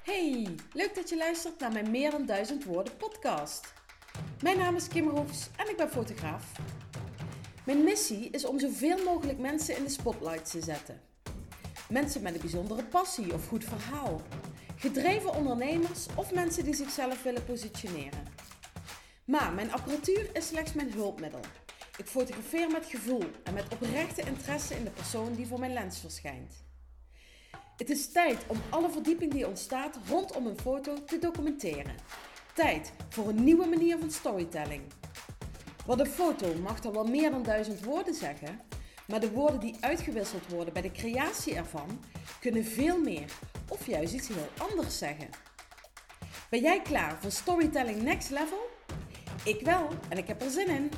Hey, leuk dat je luistert naar mijn Meer dan 1000 woorden podcast. Mijn naam is Kim Roefs en ik ben fotograaf. Mijn missie is om zoveel mogelijk mensen in de spotlight te zetten. Mensen met een bijzondere passie of goed verhaal. Gedreven ondernemers of mensen die zichzelf willen positioneren. Maar mijn apparatuur is slechts mijn hulpmiddel. Ik fotografeer met gevoel en met oprechte interesse in de persoon die voor mijn lens verschijnt. Het is tijd om alle verdieping die ontstaat rondom een foto te documenteren. Tijd voor een nieuwe manier van storytelling. Want een foto mag dan wel meer dan 1000 woorden zeggen, maar de woorden die uitgewisseld worden bij de creatie ervan kunnen veel meer of juist iets heel anders zeggen. Ben jij klaar voor Storytelling Next Level? Ik wel en ik heb er zin in.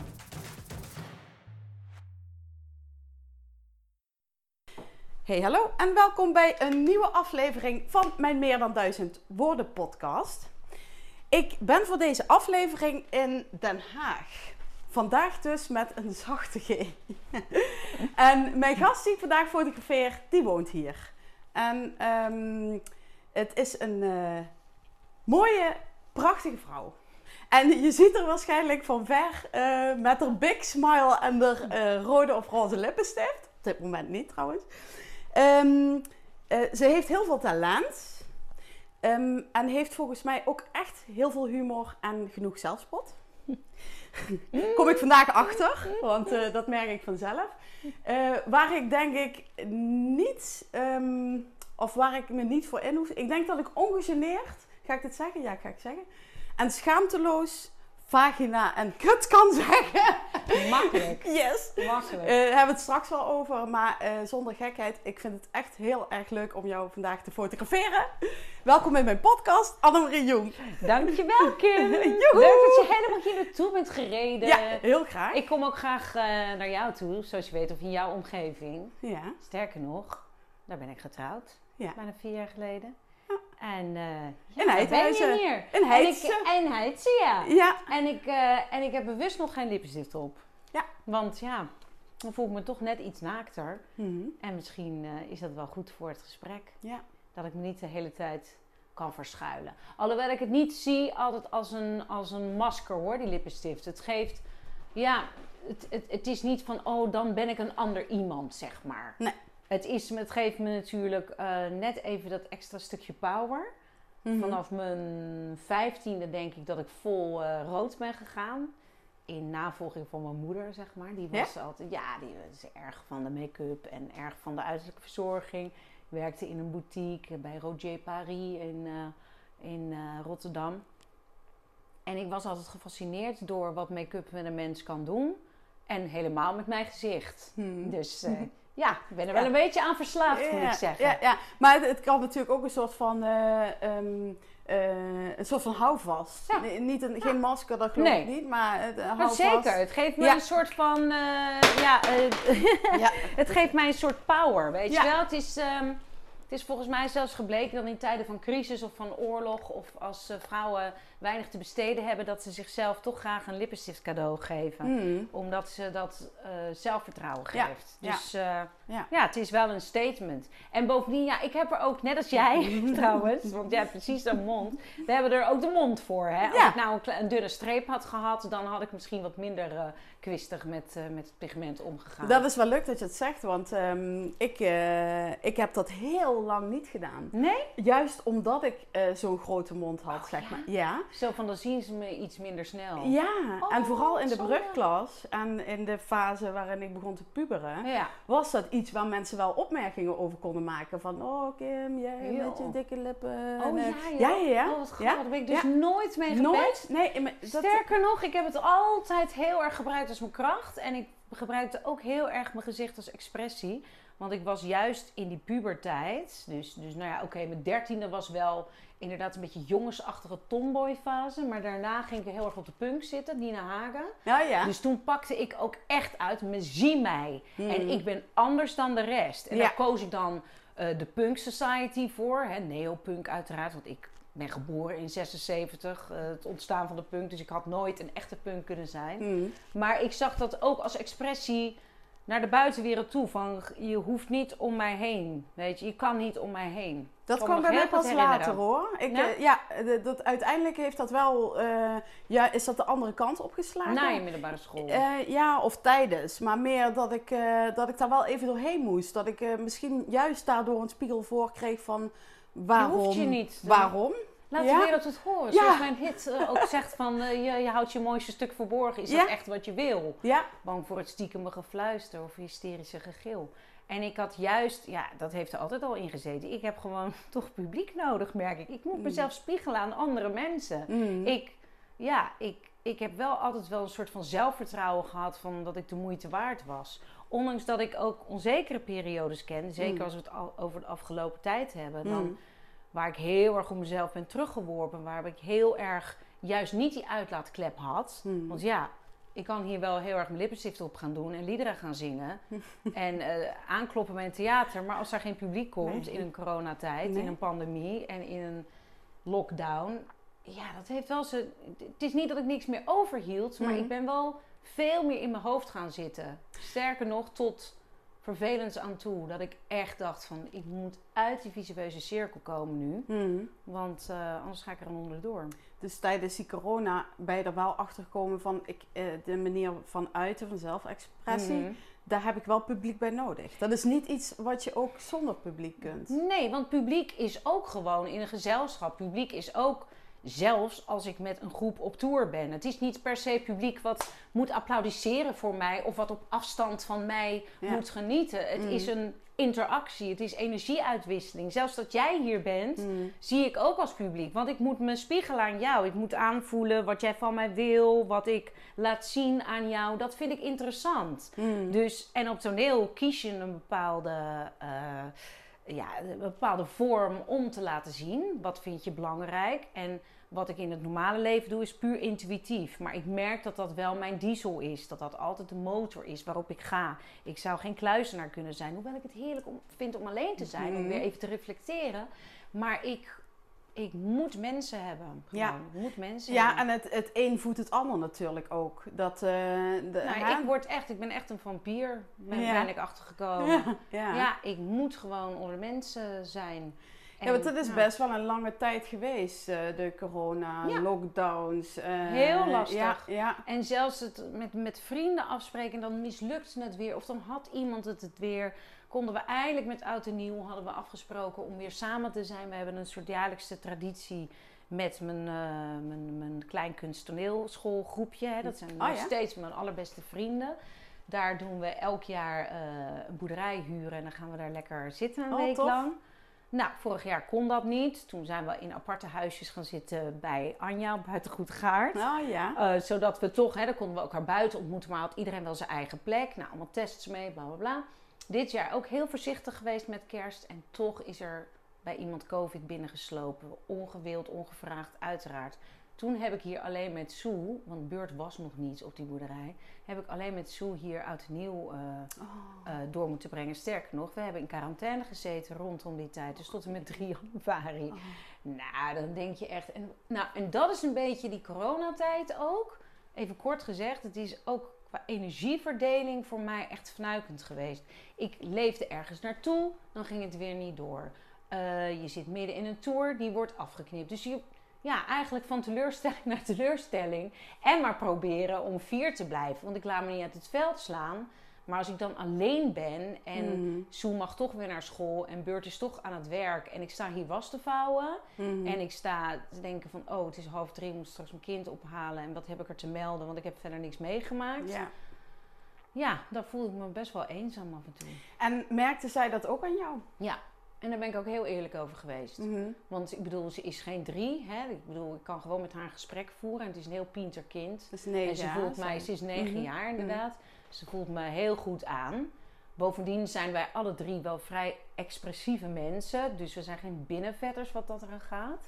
Hey, hallo en welkom bij een nieuwe aflevering van mijn Meer dan 1000 woorden podcast. Ik ben voor deze aflevering in Den Haag. Vandaag dus met een zachte G. En mijn gast die ik vandaag fotografeer, die woont hier. En het is een mooie, prachtige vrouw. En je ziet er waarschijnlijk van ver met haar big smile en haar rode of roze lippenstift. Op dit moment niet trouwens. Ze heeft heel veel talent. En heeft volgens mij ook echt heel veel humor en genoeg zelfspot. Kom ik vandaag achter, want dat merk ik vanzelf. Waar ik denk ik niet, of waar ik me niet voor in hoef. Ik denk dat ik ongegeneerd, ga ik dit zeggen? Ja, ga ik zeggen. En schaamteloos vagina en kut kan zeggen. Makkelijk. Yes. Makkelijk. Hebben we het straks wel over, maar zonder gekheid. Ik vind het echt heel erg leuk om jou vandaag te fotograferen. Welkom in mijn podcast, Annemarie Jong. Dankjewel, Kim. Leuk dat je helemaal hier naartoe bent gereden. Ja, heel graag. Ik kom ook graag naar jou toe, zoals je weet, of in jouw omgeving. Ja. Sterker nog, daar ben ik getrouwd. Ja. Bijna 4 jaar geleden. Ja. En in Heidhuizen. ben je hier. In Heidse. En Heidse, ja. Ja. En ik heb bewust nog geen lippenstift op. Ja. Want ja, dan voel ik me toch net iets naakter. Mm-hmm. En misschien is dat wel goed voor het gesprek. Ja. Dat ik me niet de hele tijd kan verschuilen. Alhoewel ik het niet zie altijd als een masker hoor, die lippenstift. Het geeft, ja, het is niet van, oh, dan ben ik een ander iemand, zeg maar. Nee. Het geeft me natuurlijk net even dat extra stukje power. Mm-hmm. Vanaf mijn 15e denk ik dat ik vol rood ben gegaan. In navolging van mijn moeder, zeg maar. Die was altijd, die was erg van de make-up en erg van de uiterlijke verzorging. Ik werkte in een boutique bij Roger Paris in Rotterdam. En ik was altijd gefascineerd door wat make-up met een mens kan doen. En helemaal met mijn gezicht. Dus ik ben er wel een beetje aan verslaafd, moet ik zeggen. Ja. Maar het kan natuurlijk ook een soort van houvast. Ja. Geen masker, dat geloof ik niet, maar houvast. Zeker, het geeft me een soort van, het geeft mij een soort power, weet je wel. Het is volgens mij zelfs gebleken dat in tijden van crisis of van oorlog of als vrouwen weinig te besteden hebben, dat ze zichzelf toch graag een lippenstift cadeau geven. Omdat ze dat zelfvertrouwen geeft. Dus het is wel een statement. En bovendien, ik heb er ook, net als jij trouwens, want jij hebt precies een mond. We hebben er ook de mond voor. Hè? Als ik nou een dunne streep had gehad, dan had ik misschien wat minder kwistig met het pigment omgegaan. Dat is wel leuk dat je het zegt, want ik heb dat heel lang niet gedaan. Nee? Juist omdat ik zo'n grote mond had, zeg maar. Ja. Zo van, dan zien ze me iets minder snel. Ja, en vooral in de brugklas en in de fase waarin ik begon te puberen, was dat iets waar mensen wel opmerkingen over konden maken. Van, oh Kim, jij met je dikke lippen. Oh ja. Oh, wat grappig. Daar ben ik dus nooit mee gepest. Nooit? Nee, Sterker nog, ik heb het altijd heel erg gebruikt als mijn kracht. En ik gebruikte ook heel erg mijn gezicht als expressie. Want ik was juist in die puberteit. Dus mijn 13e was wel inderdaad een beetje jongensachtige tomboyfase. Maar daarna ging ik heel erg op de punk zitten, Nina Hagen. Ja. Dus toen pakte ik ook echt uit, zie mij. En ik ben anders dan de rest. En daar koos ik dan de Punk Society voor. Neopunk uiteraard, want ik ben geboren in 76, het ontstaan van de punk. Dus ik had nooit een echte punk kunnen zijn. Maar ik zag dat ook als expressie naar de buitenwereld toe. Van, je hoeft niet om mij heen. Weet je kan niet om mij heen. Dat kwam bij mij pas later hoor. Uiteindelijk heeft dat wel, is dat de andere kant opgeslagen. Na je middelbare school? Of tijdens. Maar meer dat ik daar wel even doorheen moest. Dat ik misschien juist daardoor een spiegel voor kreeg van waarom. Je hoeft je niet. Waarom? Laat de wereld het horen. Zoals mijn hit ook zegt van je houdt je mooiste stuk verborgen. Is dat echt wat je wil? Ja. Bang voor het stiekeme gefluister of hysterische gegil. En ik had juist, dat heeft er altijd al in gezeten. Ik heb gewoon toch publiek nodig, merk ik. Ik moet mezelf spiegelen aan andere mensen. Ik heb wel altijd wel een soort van zelfvertrouwen gehad van dat ik de moeite waard was. Ondanks dat ik ook onzekere periodes ken. Zeker als we het over de afgelopen tijd hebben. Dan, waar ik heel erg op mezelf ben teruggeworpen. Waar ik heel erg juist niet die uitlaatklep had. Want ik kan hier wel heel erg mijn lippenstift op gaan doen en liederen gaan zingen. En aankloppen bij een theater. Maar als er geen publiek komt in een coronatijd, in een pandemie en in een lockdown. Ja, dat heeft wel het is niet dat ik niks meer overhield, maar ik ben wel veel meer in mijn hoofd gaan zitten. Sterker nog, tot vervelend aan toe. Dat ik echt dacht van, ik moet uit die visueuze cirkel komen nu. Want anders ga ik er onderdoor. Dus tijdens die corona ben je er wel achter gekomen van de manier van uiten, van zelfexpressie. Daar heb ik wel publiek bij nodig. Dat is niet iets wat je ook zonder publiek kunt. Nee, want publiek is ook gewoon in een gezelschap. Publiek is ook zelfs als ik met een groep op tour ben. Het is niet per se publiek wat moet applaudisseren voor mij of wat op afstand van mij moet genieten. Het is een interactie, het is energieuitwisseling. Zelfs dat jij hier bent, zie ik ook als publiek. Want ik moet me spiegelen aan jou. Ik moet aanvoelen wat jij van mij wil, wat ik laat zien aan jou. Dat vind ik interessant. Dus, en op toneel kies je een bepaalde vorm om te laten zien. Wat vind je belangrijk? En wat ik in het normale leven doe is puur intuïtief. Maar ik merk dat dat wel mijn diesel is. Dat dat altijd de motor is waarop ik ga. Ik zou geen kluizenaar kunnen zijn. Hoewel ik het heerlijk vind om alleen te zijn. Om weer even te reflecteren. Maar ik moet mensen hebben. Gewoon. Ik moet mensen hebben. En het een voedt het ander natuurlijk ook. Ik ben echt een vampier. Ben ik achtergekomen. Ik moet gewoon onder mensen zijn. Want het is best wel een lange tijd geweest, de corona, lockdowns. Heel lastig. En zelfs het met vrienden afspreken, dan mislukte het weer. Of dan had iemand het weer. Konden we eindelijk met oud en nieuw, hadden we afgesproken om weer samen te zijn. We hebben een soort jaarlijkse traditie met mijn kleinkunst toneelschoolgroepje. Dat zijn nog steeds mijn allerbeste vrienden. Daar doen we elk jaar een boerderij huren en dan gaan we daar lekker zitten een week lang. Nou, vorig jaar kon dat niet. Toen zijn we in aparte huisjes gaan zitten bij Anja op Buitengoedgaard. Zodat we toch, dan konden we elkaar buiten ontmoeten, maar had iedereen wel zijn eigen plek. Nou, allemaal tests mee, bla bla bla. Dit jaar ook heel voorzichtig geweest met kerst. En toch is er bij iemand COVID binnengeslopen. Ongewild, ongevraagd, uiteraard. Toen heb ik hier alleen met Sue, want Beurt was nog niet op die boerderij, heb ik alleen met Sue hier oud en nieuw door moeten brengen. Sterker nog, we hebben in quarantaine gezeten rondom die tijd, dus tot en met 3 januari. Nou, dan denk je echt. En dat is een beetje die coronatijd ook. Even kort gezegd, het is ook qua energieverdeling voor mij echt fnuikend geweest. Ik leefde ergens naartoe, dan ging het weer niet door. Je zit midden in een tour, die wordt afgeknipt. Dus eigenlijk van teleurstelling naar teleurstelling. En maar proberen om 4 te blijven. Want ik laat me niet uit het veld slaan. Maar als ik dan alleen ben en Sue mag toch weer naar school en Beurt is toch aan het werk en ik sta hier was te vouwen en ik sta te denken van het is 2:30, ik moet straks mijn kind ophalen en wat heb ik er te melden, want ik heb verder niks meegemaakt. Ja, daar voel ik me best wel eenzaam af en toe. En merkte zij dat ook aan jou? Ja. En daar ben ik ook heel eerlijk over geweest. Want ik bedoel, ze is geen 3. Hè? Ik bedoel, ik kan gewoon met haar een gesprek voeren. En het is een heel pinter kind. Dus 9 en ze voelt mij, ze is 9 jaar inderdaad. Ze voelt me heel goed aan. Bovendien zijn wij alle 3 wel vrij expressieve mensen. Dus we zijn geen binnenvetters wat dat eraan gaat.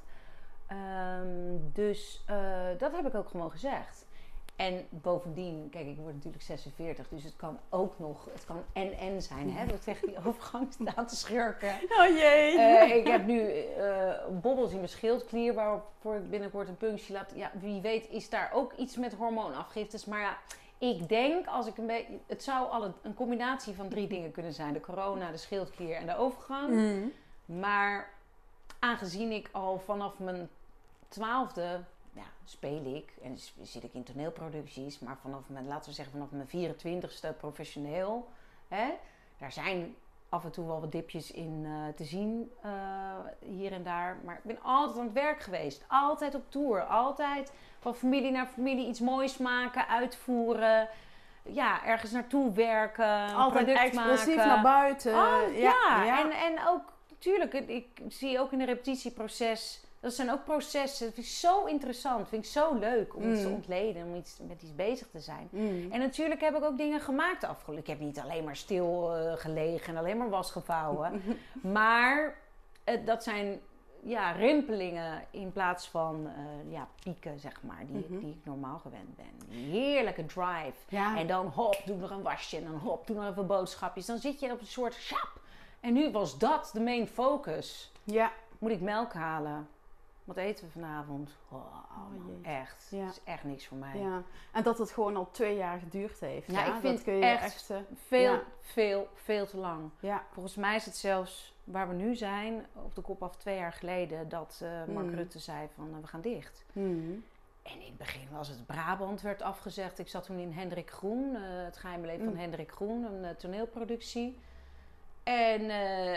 Dat heb ik ook gewoon gezegd. En bovendien, kijk, ik word natuurlijk 46, dus het kan ook nog, het kan en zijn, hè? Dat tegen die overgang staan te schurken. Oh jee! Ik heb nu bobbels in mijn schildklier, waarvoor ik binnenkort een punctie laat. Ja, wie weet is daar ook iets met hormoonafgiftes. Maar Ik denk, als ik het zou een combinatie van 3 dingen kunnen zijn. De corona, de schildklier en de overgang. Mm. Maar aangezien ik al vanaf mijn 12e speel ik en zit ik in toneelproducties, maar laten we zeggen vanaf mijn 24e professioneel. Hè? Daar zijn af en toe wel wat dipjes in te zien hier en daar. Maar ik ben altijd aan het werk geweest. Altijd op tour. Altijd van familie naar familie iets moois maken, uitvoeren. Ja, ergens naartoe werken. Altijd product expressief maken. naar buiten. Ja. En ook, natuurlijk, ik zie ook in een repetitieproces. Dat zijn ook processen. Dat vind ik zo interessant. Dat vind ik zo leuk om iets te ontleden. Om met iets bezig te zijn. Mm. En natuurlijk heb ik ook dingen gemaakt afgelopen. Ik heb niet alleen maar stil gelegen en alleen maar was gevouwen. Maar dat zijn rimpelingen in plaats van pieken, zeg maar. Die ik normaal gewend ben. Die heerlijke drive. Ja. En dan hop, doe nog een wasje. En dan hop, doe nog even boodschapjes. Dan zit je op een soort sjap. En nu was dat de main focus. Ja. Moet ik melk halen? Wat eten we vanavond? Echt. Ja. Dat is echt niks voor mij. Ja. En dat het gewoon al 2 jaar geduurd heeft. Ja, ik vind dat kun je echt veel te lang. Ja. Volgens mij is het zelfs waar we nu zijn, op de kop af 2 jaar geleden, dat Mark Rutte zei van we gaan dicht. Mm. En in het begin was het Brabant, werd afgezegd. Ik zat toen in Hendrik Groen, het geheime leven van Hendrik Groen, een toneelproductie. En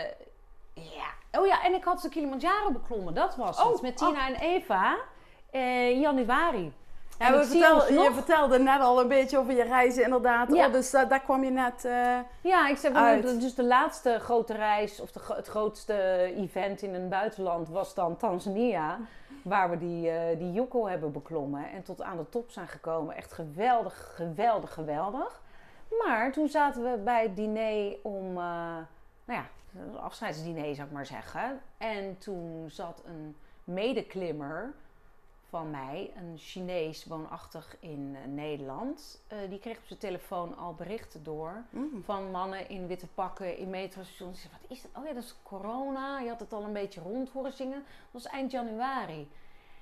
en ik had de Kilimanjaro beklommen, dat was het. Met Tina en Eva in januari. Ja, je vertelde net al een beetje over je reizen inderdaad. Ja. Dus daar kwam je net ik zeg uit. dus de laatste grote reis of het grootste event in een buitenland was dan Tanzania. Waar we die Yukko hebben beklommen en tot aan de top zijn gekomen. Echt geweldig. Maar toen zaten we bij het diner om, een afscheidsdiner zou ik maar zeggen. En toen zat een medeklimmer van mij, een Chinees woonachtig in Nederland. Die kreeg op zijn telefoon al berichten door van mannen in witte pakken in metrostations. Die zei, wat is dat? Oh ja, dat is corona. Je had het al een beetje rond horen zingen. Dat was eind januari.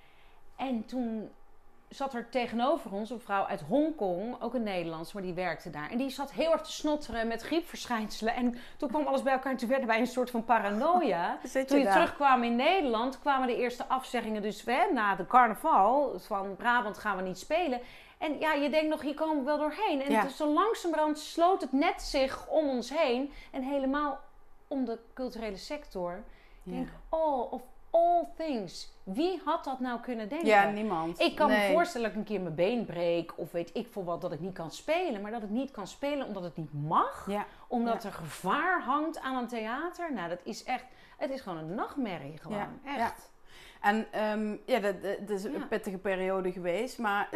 En toen zat er tegenover ons een vrouw uit Hongkong, ook een Nederlands, maar die werkte daar. En die zat heel erg te snotteren met griepverschijnselen. En toen kwam alles bij elkaar en toen werden wij een soort van paranoia. Toen je terugkwam in Nederland, kwamen de eerste afzeggingen dus na de carnaval. Van Brabant gaan we niet spelen. En ja, je denkt nog, hier komen we wel doorheen. En dus zo langzamerhand sloot het net zich om ons heen. En helemaal om de culturele sector. Ik denk, of all things. Wie had dat nou kunnen denken? Ja, niemand. Ik kan me voorstellen dat ik een keer mijn been breek. Of weet ik veel wat, dat ik niet kan spelen. Maar dat ik niet kan spelen omdat het niet mag. Ja. Omdat er gevaar hangt aan een theater. Nou, dat is echt... Het is gewoon een nachtmerrie gewoon. Ja. Echt. Ja. En dat is een pittige periode geweest. Maar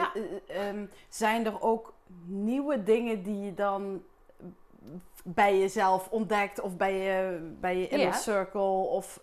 zijn er ook nieuwe dingen die je dan bij jezelf ontdekt? Of bij je inner circle? Of...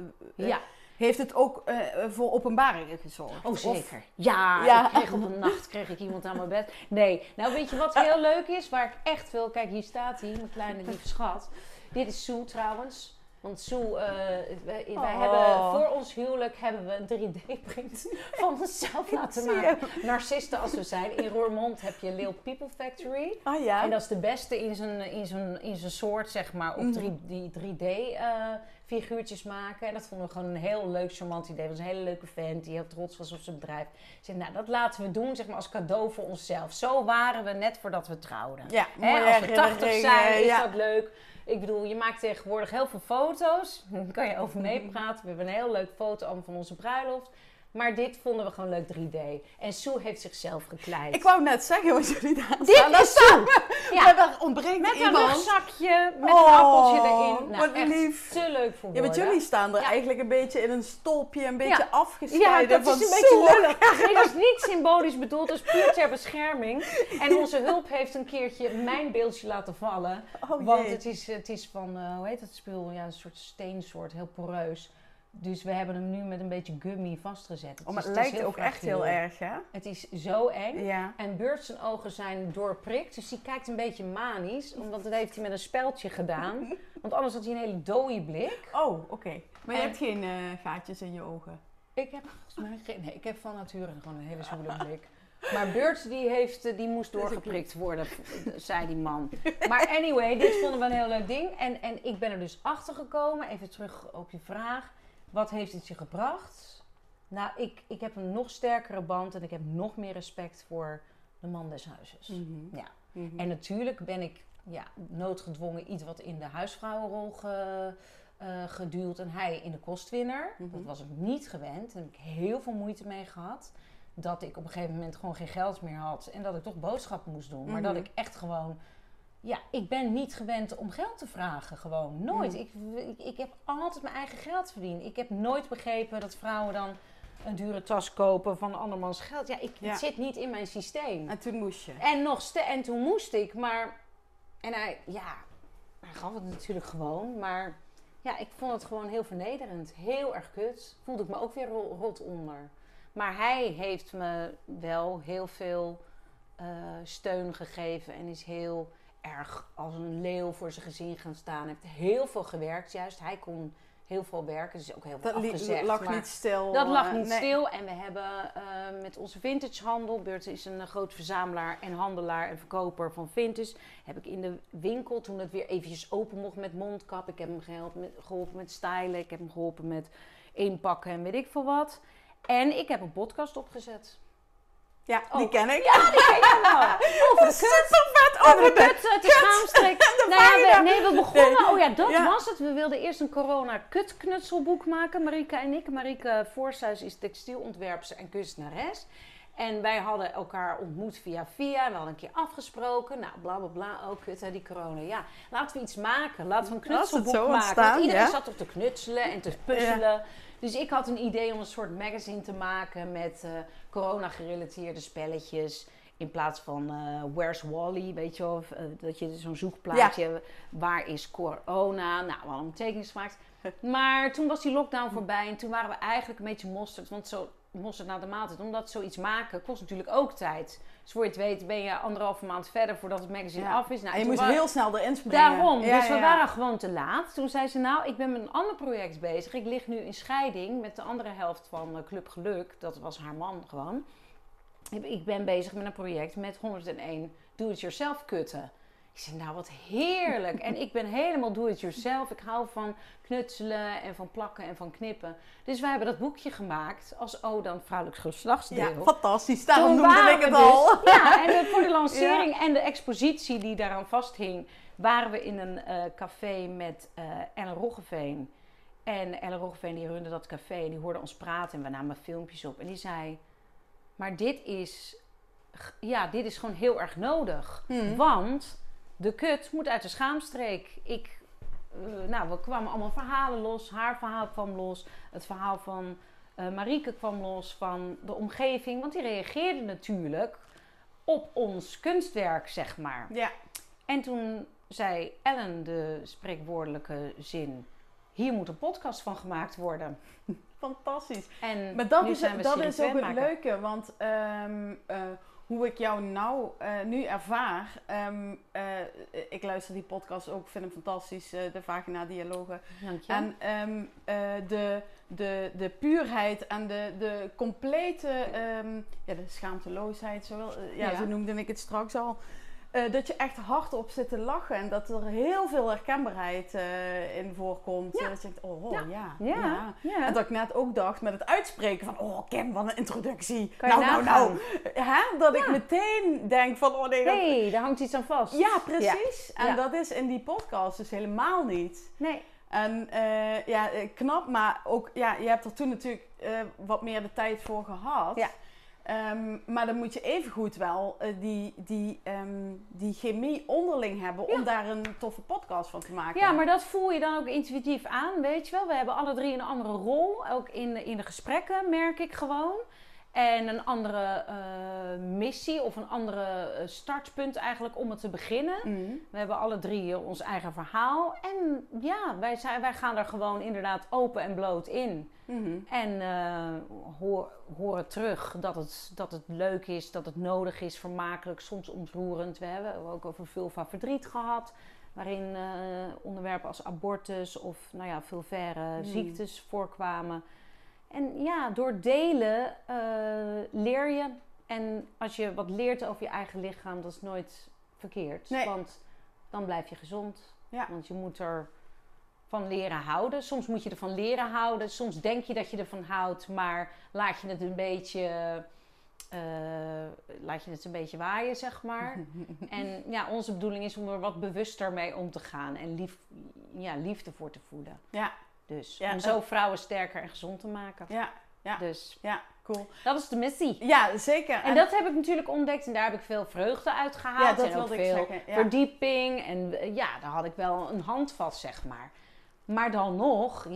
Heeft het ook voor openbaringen gezorgd? Oh, zeker. Ja. Ik kreeg ik iemand aan mijn bed. Nee, nou weet je wat heel leuk is? Waar ik echt veel... Kijk, hier staat hij, mijn kleine lieve schat. Dit is Sue trouwens. Want Sue, wij hebben voor ons huwelijk een 3D-print van onszelf laten maken. Narcisten als we zijn. In Roermond heb je Lil People Factory. Oh, ja. En dat is de beste in zijn soort, zeg maar, op die 3D figuurtjes maken. En dat vonden we gewoon een heel leuk, charmant idee. Het was een hele leuke vent die heel trots was op zijn bedrijf. Ik zei, nou, dat laten we doen, zeg maar, als cadeau voor onszelf. Zo waren we net voordat we trouwden. Ja, als we 80 zijn, is dat leuk. Ik bedoel, je maakt tegenwoordig heel veel foto's. Daar kan je over meepraten. We hebben een heel leuk foto van onze bruiloft. Maar dit vonden we gewoon leuk 3D. En Sue heeft zichzelf gekleid. Ik wou net zeggen wat jullie daar dit staan. Is Sue! Ja. Er ontbreekt met iemand. Een rugzakje, met een appeltje erin. Nou, wat echt lief. Te leuk voor woorden. Ja, want jullie staan er eigenlijk een beetje in een stolpje, een beetje afgescheiden dat van is een beetje lullig. Nee, dat is niet symbolisch bedoeld, dat is puur ter bescherming. En onze hulp heeft een keertje mijn beeldje laten vallen. Want het is van, hoe heet dat spul? Ja, een soort steensoort, heel poreus. Dus we hebben hem nu met een beetje gummi vastgezet. Maar het lijkt ook echt heel erg, hè? Het is zo eng. Ja. En Burt zijn ogen zijn doorprikt. Dus die kijkt een beetje manisch. Omdat dat heeft hij met een speldje gedaan. Want anders had hij een hele dode blik. Oh, oké. Maar je hebt geen gaatjes in je ogen? Ik heb volgens mij geen... Nee, ik heb van nature gewoon een hele zwoele blik. Maar Beurt die moest doorgeprikt worden, zei die man. Maar anyway, dit vonden we een heel leuk ding. En ik ben er dus achter gekomen, even terug op je vraag. Wat heeft het je gebracht? Nou, ik heb een nog sterkere band en ik heb nog meer respect voor de man des huizes. Mm-hmm. Ja. Mm-hmm. En natuurlijk ben ik noodgedwongen iets wat in de huisvrouwenrol geduwd en hij in de kostwinner. Mm-hmm. Dat was ik niet gewend. Daar heb ik heel veel moeite mee gehad. Dat ik op een gegeven moment gewoon geen geld meer had en dat ik toch boodschappen moest doen. Maar dat ik echt gewoon... Ja, ik ben niet gewend om geld te vragen, gewoon. Nooit. Ik heb altijd mijn eigen geld verdiend. Ik heb nooit begrepen dat vrouwen dan een dure tas kopen van andermans geld. Ja, het zit niet in mijn systeem. En toen moest je. En toen moest ik, maar... En hij gaf het natuurlijk gewoon, maar... Ja, ik vond het gewoon heel vernederend. Heel erg kut. Voelde ik me ook weer rot onder. Maar hij heeft me wel heel veel steun gegeven en is heel erg als een leeuw voor zijn gezin gaan staan. Heeft heel veel gewerkt juist. Hij kon heel veel werken, dus ook heel veel afgezegd. Dat lag niet stil. Dat lag niet stil. En we hebben met onze vintage handel, Beurt is een groot verzamelaar en handelaar en verkoper van vintage, heb ik in de winkel, toen het weer eventjes open mocht met mondkap, ik heb hem geholpen met stylen, ik heb hem geholpen met inpakken en weet ik veel wat. En ik heb een podcast opgezet. Ja, die ken ik. Ja, die ken je wel. Over de kut. Over de kut, uit de schaamstreek. We begonnen. Oh ja, dat was het. We wilden eerst een corona-kutknutselboek maken. Marike en ik. Marike Voorshuis is textielontwerpster en kunstenares. En wij hadden elkaar ontmoet via. We hadden een keer afgesproken. Nou, bla bla bla. Oh, kut hè, die corona. Ja, laten we iets maken. Laten we een knutselboek maken. Want iedereen zat toch te knutselen en te puzzelen. Ja. Dus ik had een idee om een soort magazine te maken met corona-gerelateerde spelletjes. In plaats van Where's Wally, weet je wel. Dat je zo'n zoekplaatje, waar is corona? Nou, we hadden een tekening gemaakt. Maar toen was die lockdown voorbij en toen waren we eigenlijk een beetje mosterd. Want zo mosterd na de maaltijd. Omdat zoiets maken kost natuurlijk ook tijd. Dus voor je het weet ben je 1,5 maand verder voordat het magazine af is. Nou, en je moest heel snel erin springen. Daarom. Dus we waren gewoon te laat. Toen zei ze, nou, ik ben met een ander project bezig. Ik lig nu in scheiding met de andere helft van Club Geluk. Dat was haar man gewoon. Ik ben bezig met een project met 101 do-it-yourself kutten. Ik zei, nou wat heerlijk. En ik ben helemaal do-it-yourself. Ik hou van knutselen en van plakken en van knippen. Dus wij hebben dat boekje gemaakt als dan vrouwelijk geslachtsdeel. Ja, fantastisch. Daarom noemde ik het al. En voor de lancering en de expositie die daaraan vasthing, waren we in een café met Ellen Roggeveen. En Ellen Roggeveen die runde dat café en die hoorde ons praten en we namen filmpjes op. En die zei, maar dit is gewoon heel erg nodig. Want de kut moet uit de schaamstreek. We kwamen allemaal verhalen los. Haar verhaal kwam los. Het verhaal van Marieke kwam los. Van de omgeving. Want die reageerde natuurlijk op ons kunstwerk, zeg maar. Ja. En toen zei Ellen de spreekwoordelijke zin, hier moet een podcast van gemaakt worden. Fantastisch. En maar dat is ook het leuke. Want hoe ik jou nu ervaar. Ik luister die podcast ook, vind hem fantastisch. De Vagina Dialogen. Dank je. En de puurheid en de complete de schaamteloosheid. Zo noemde ik het straks al. Dat je echt hardop zit te lachen en dat er heel veel herkenbaarheid in voorkomt. Ja. Dat je denkt, En dat ik net ook dacht met het uitspreken van, Kim, wat een introductie. Dat ik meteen denk van, daar hangt iets aan vast. Ja, precies. Ja. En dat is in die podcast dus helemaal niet. Nee. En knap, maar ook, je hebt er toen natuurlijk wat meer de tijd voor gehad. Ja. Maar dan moet je evengoed wel die chemie onderling hebben om daar een toffe podcast van te maken. Ja, maar dat voel je dan ook intuïtief aan, weet je wel. We hebben alle drie een andere rol, ook in de gesprekken merk ik gewoon. En een andere missie of een andere startpunt eigenlijk om het te beginnen. We hebben alle drie ons eigen verhaal. En ja, wij gaan er gewoon inderdaad open en bloot in. En horen terug dat het leuk is, dat het nodig is, vermakelijk, soms ontroerend. We hebben ook over vulva verdriet gehad. Waarin onderwerpen als abortus of vulvaire ziektes voorkwamen. En ja, door delen leer je, En als je wat leert over je eigen lichaam, dat is nooit verkeerd. Nee. Want dan blijf je gezond. Ja. Want je moet er van leren houden. Soms moet je ervan leren houden. Soms denk je dat je ervan houdt, maar laat je het een beetje waaien, zeg maar. En ja, onze bedoeling is om er wat bewuster mee om te gaan. En liefde voor te voeden. Ja. Dus Ja, om zo vrouwen sterker en gezond te maken. Ja. Ja. Dus Ja, cool. dat is de missie. Ja, zeker. En dat heb ik natuurlijk ontdekt en daar heb ik veel vreugde uit gehaald. Ja, dat en ook wilde ik veel zeggen. Ja. verdieping. En daar had ik wel een handvat, zeg maar. Maar dan nog,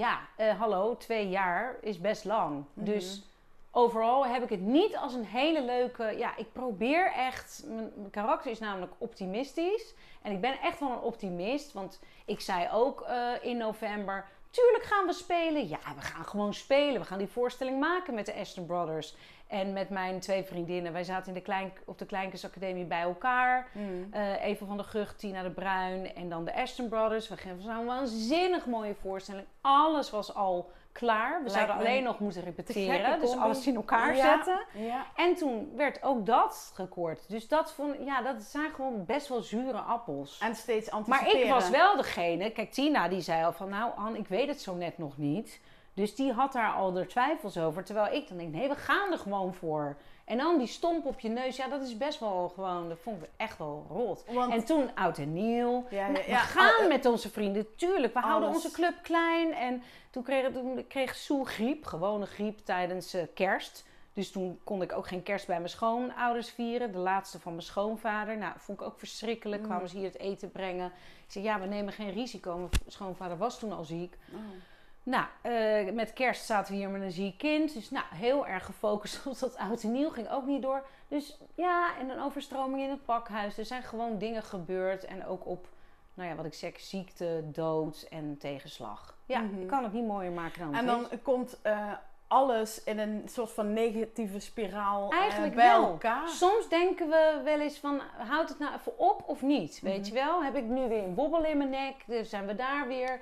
2 jaar is best lang. Dus overal heb ik het niet als een hele leuke... Ja, ik probeer echt... Mijn karakter is namelijk optimistisch. En ik ben echt wel een optimist. Want ik zei ook in november... Tuurlijk gaan we spelen. Ja, we gaan gewoon spelen. We gaan die voorstelling maken met de Ashton Brothers. En met mijn 2 vriendinnen. Wij zaten op de Kleinkunstacademie bij elkaar. Eva van der Gucht, Tina de Bruin en dan de Ashton Brothers. We gaven zo'n waanzinnig mooie voorstelling. Alles was al klaar. We zouden alleen nog moeten repeteren. Dus alles in elkaar zetten. Ja. En toen werd ook dat gekort. Dus dat zijn gewoon best wel zure appels. En steeds anticiperen. Maar ik was wel degene... Kijk, Tina die zei al van... Nou, Ann, ik weet het zo net nog niet. Dus die had daar al de twijfels over. Terwijl ik dan denk... Nee, we gaan er gewoon voor. En dan die stomp op je neus. Ja, dat is best wel gewoon... Dat vond ik echt wel rot. Want... En toen oud en nieuw. Ja, we gaan met onze vrienden. Tuurlijk, we houden alles. onze club klein. En toen kreeg Soe griep. Gewone griep tijdens kerst. Dus toen kon ik ook geen kerst bij mijn schoonouders vieren. De laatste van mijn schoonvader. Nou, vond ik ook verschrikkelijk. Kwamen ze hier het eten brengen. Ik zei, ja, we nemen geen risico. Mijn schoonvader was toen al ziek. Oh. Nou, met kerst zaten we hier met een ziek kind. Dus nou, heel erg gefocust op dat oud en nieuw. Ging ook niet door. Dus ja, en een overstroming in het pakhuis. Er zijn gewoon dingen gebeurd. En ook op, wat ik zeg, ziekte, dood en tegenslag. Ja, ik kan het niet mooier maken dan het En dan komt... alles in een soort van negatieve spiraal eigenlijk bij wel. elkaar. Soms denken we wel eens van, houdt het nou even op of niet? Weet je wel? Heb ik nu weer een bobbel in mijn nek? Dus zijn we daar weer.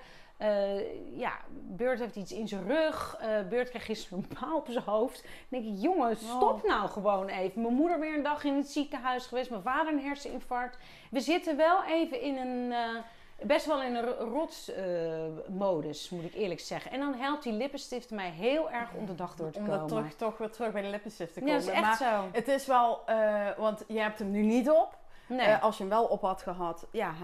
Beurt heeft iets in zijn rug. Beurt krijgt gisteren een paal op zijn hoofd. Dan denk ik, jongens, stop nou gewoon even. Mijn moeder weer een dag in het ziekenhuis geweest. Mijn vader een herseninfarct. We zitten wel even in een... best wel in een rotsmodus, moet ik eerlijk zeggen. En dan helpt die lippenstift mij heel erg om de dag door te komen. Om toch weer terug bij de lippenstift te komen. Ja, dat is echt zo. Het is wel, want je hebt hem nu niet op. Nee. Als je hem wel op had gehad,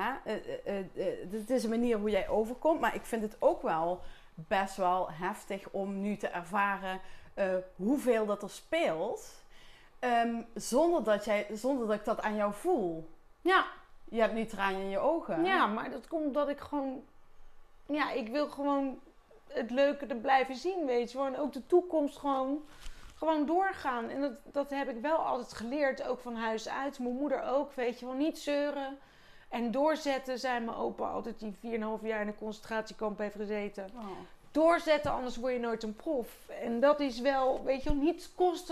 het is een manier hoe jij overkomt. Maar ik vind het ook wel best wel heftig om nu te ervaren hoeveel dat er speelt. Zonder dat ik dat aan jou voel. Ja. Je hebt nu tranen in je ogen. Ja, maar dat komt omdat ik gewoon... Ja, ik wil gewoon het leuke er blijven zien, weet je. En ook de toekomst gewoon doorgaan. En dat heb ik wel altijd geleerd, ook van huis uit. Mijn moeder ook, weet je wel. Niet zeuren en doorzetten, zei mijn opa altijd, die 4,5 jaar in een concentratiekamp heeft gezeten. Oh. Doorzetten, anders word je nooit een prof. En dat is wel, weet je wel, niet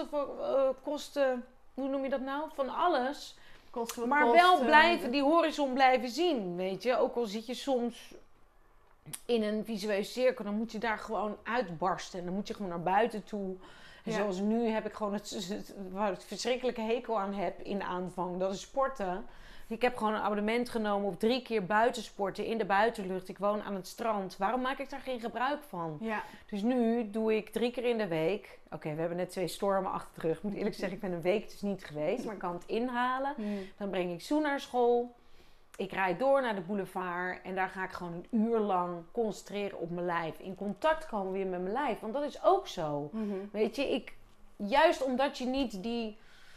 kosten, hoe noem je dat nou? Van alles... Maar wel blijven, die horizon blijven zien, weet je. Ook al zit je soms in een visueuze cirkel, dan moet je daar gewoon uitbarsten. En dan moet je gewoon naar buiten toe. En zoals nu heb ik gewoon waar ik verschrikkelijke hekel aan heb in de aanvang. Dat is sporten. Ik heb gewoon een abonnement genomen op 3 keer buitensporten in de buitenlucht. Ik woon aan het strand. Waarom maak ik daar geen gebruik van? Ja. Dus nu doe ik 3 keer in de week. Oké, we hebben net 2 stormen achter de rug. Ik moet eerlijk zeggen, ik ben een week dus niet geweest. Maar ik kan het inhalen. Dan breng ik Soe naar school. Ik rijd door naar de boulevard. En daar ga ik gewoon een uur lang concentreren op mijn lijf. In contact komen weer met mijn lijf. Want dat is ook zo. Weet je, juist omdat je niet die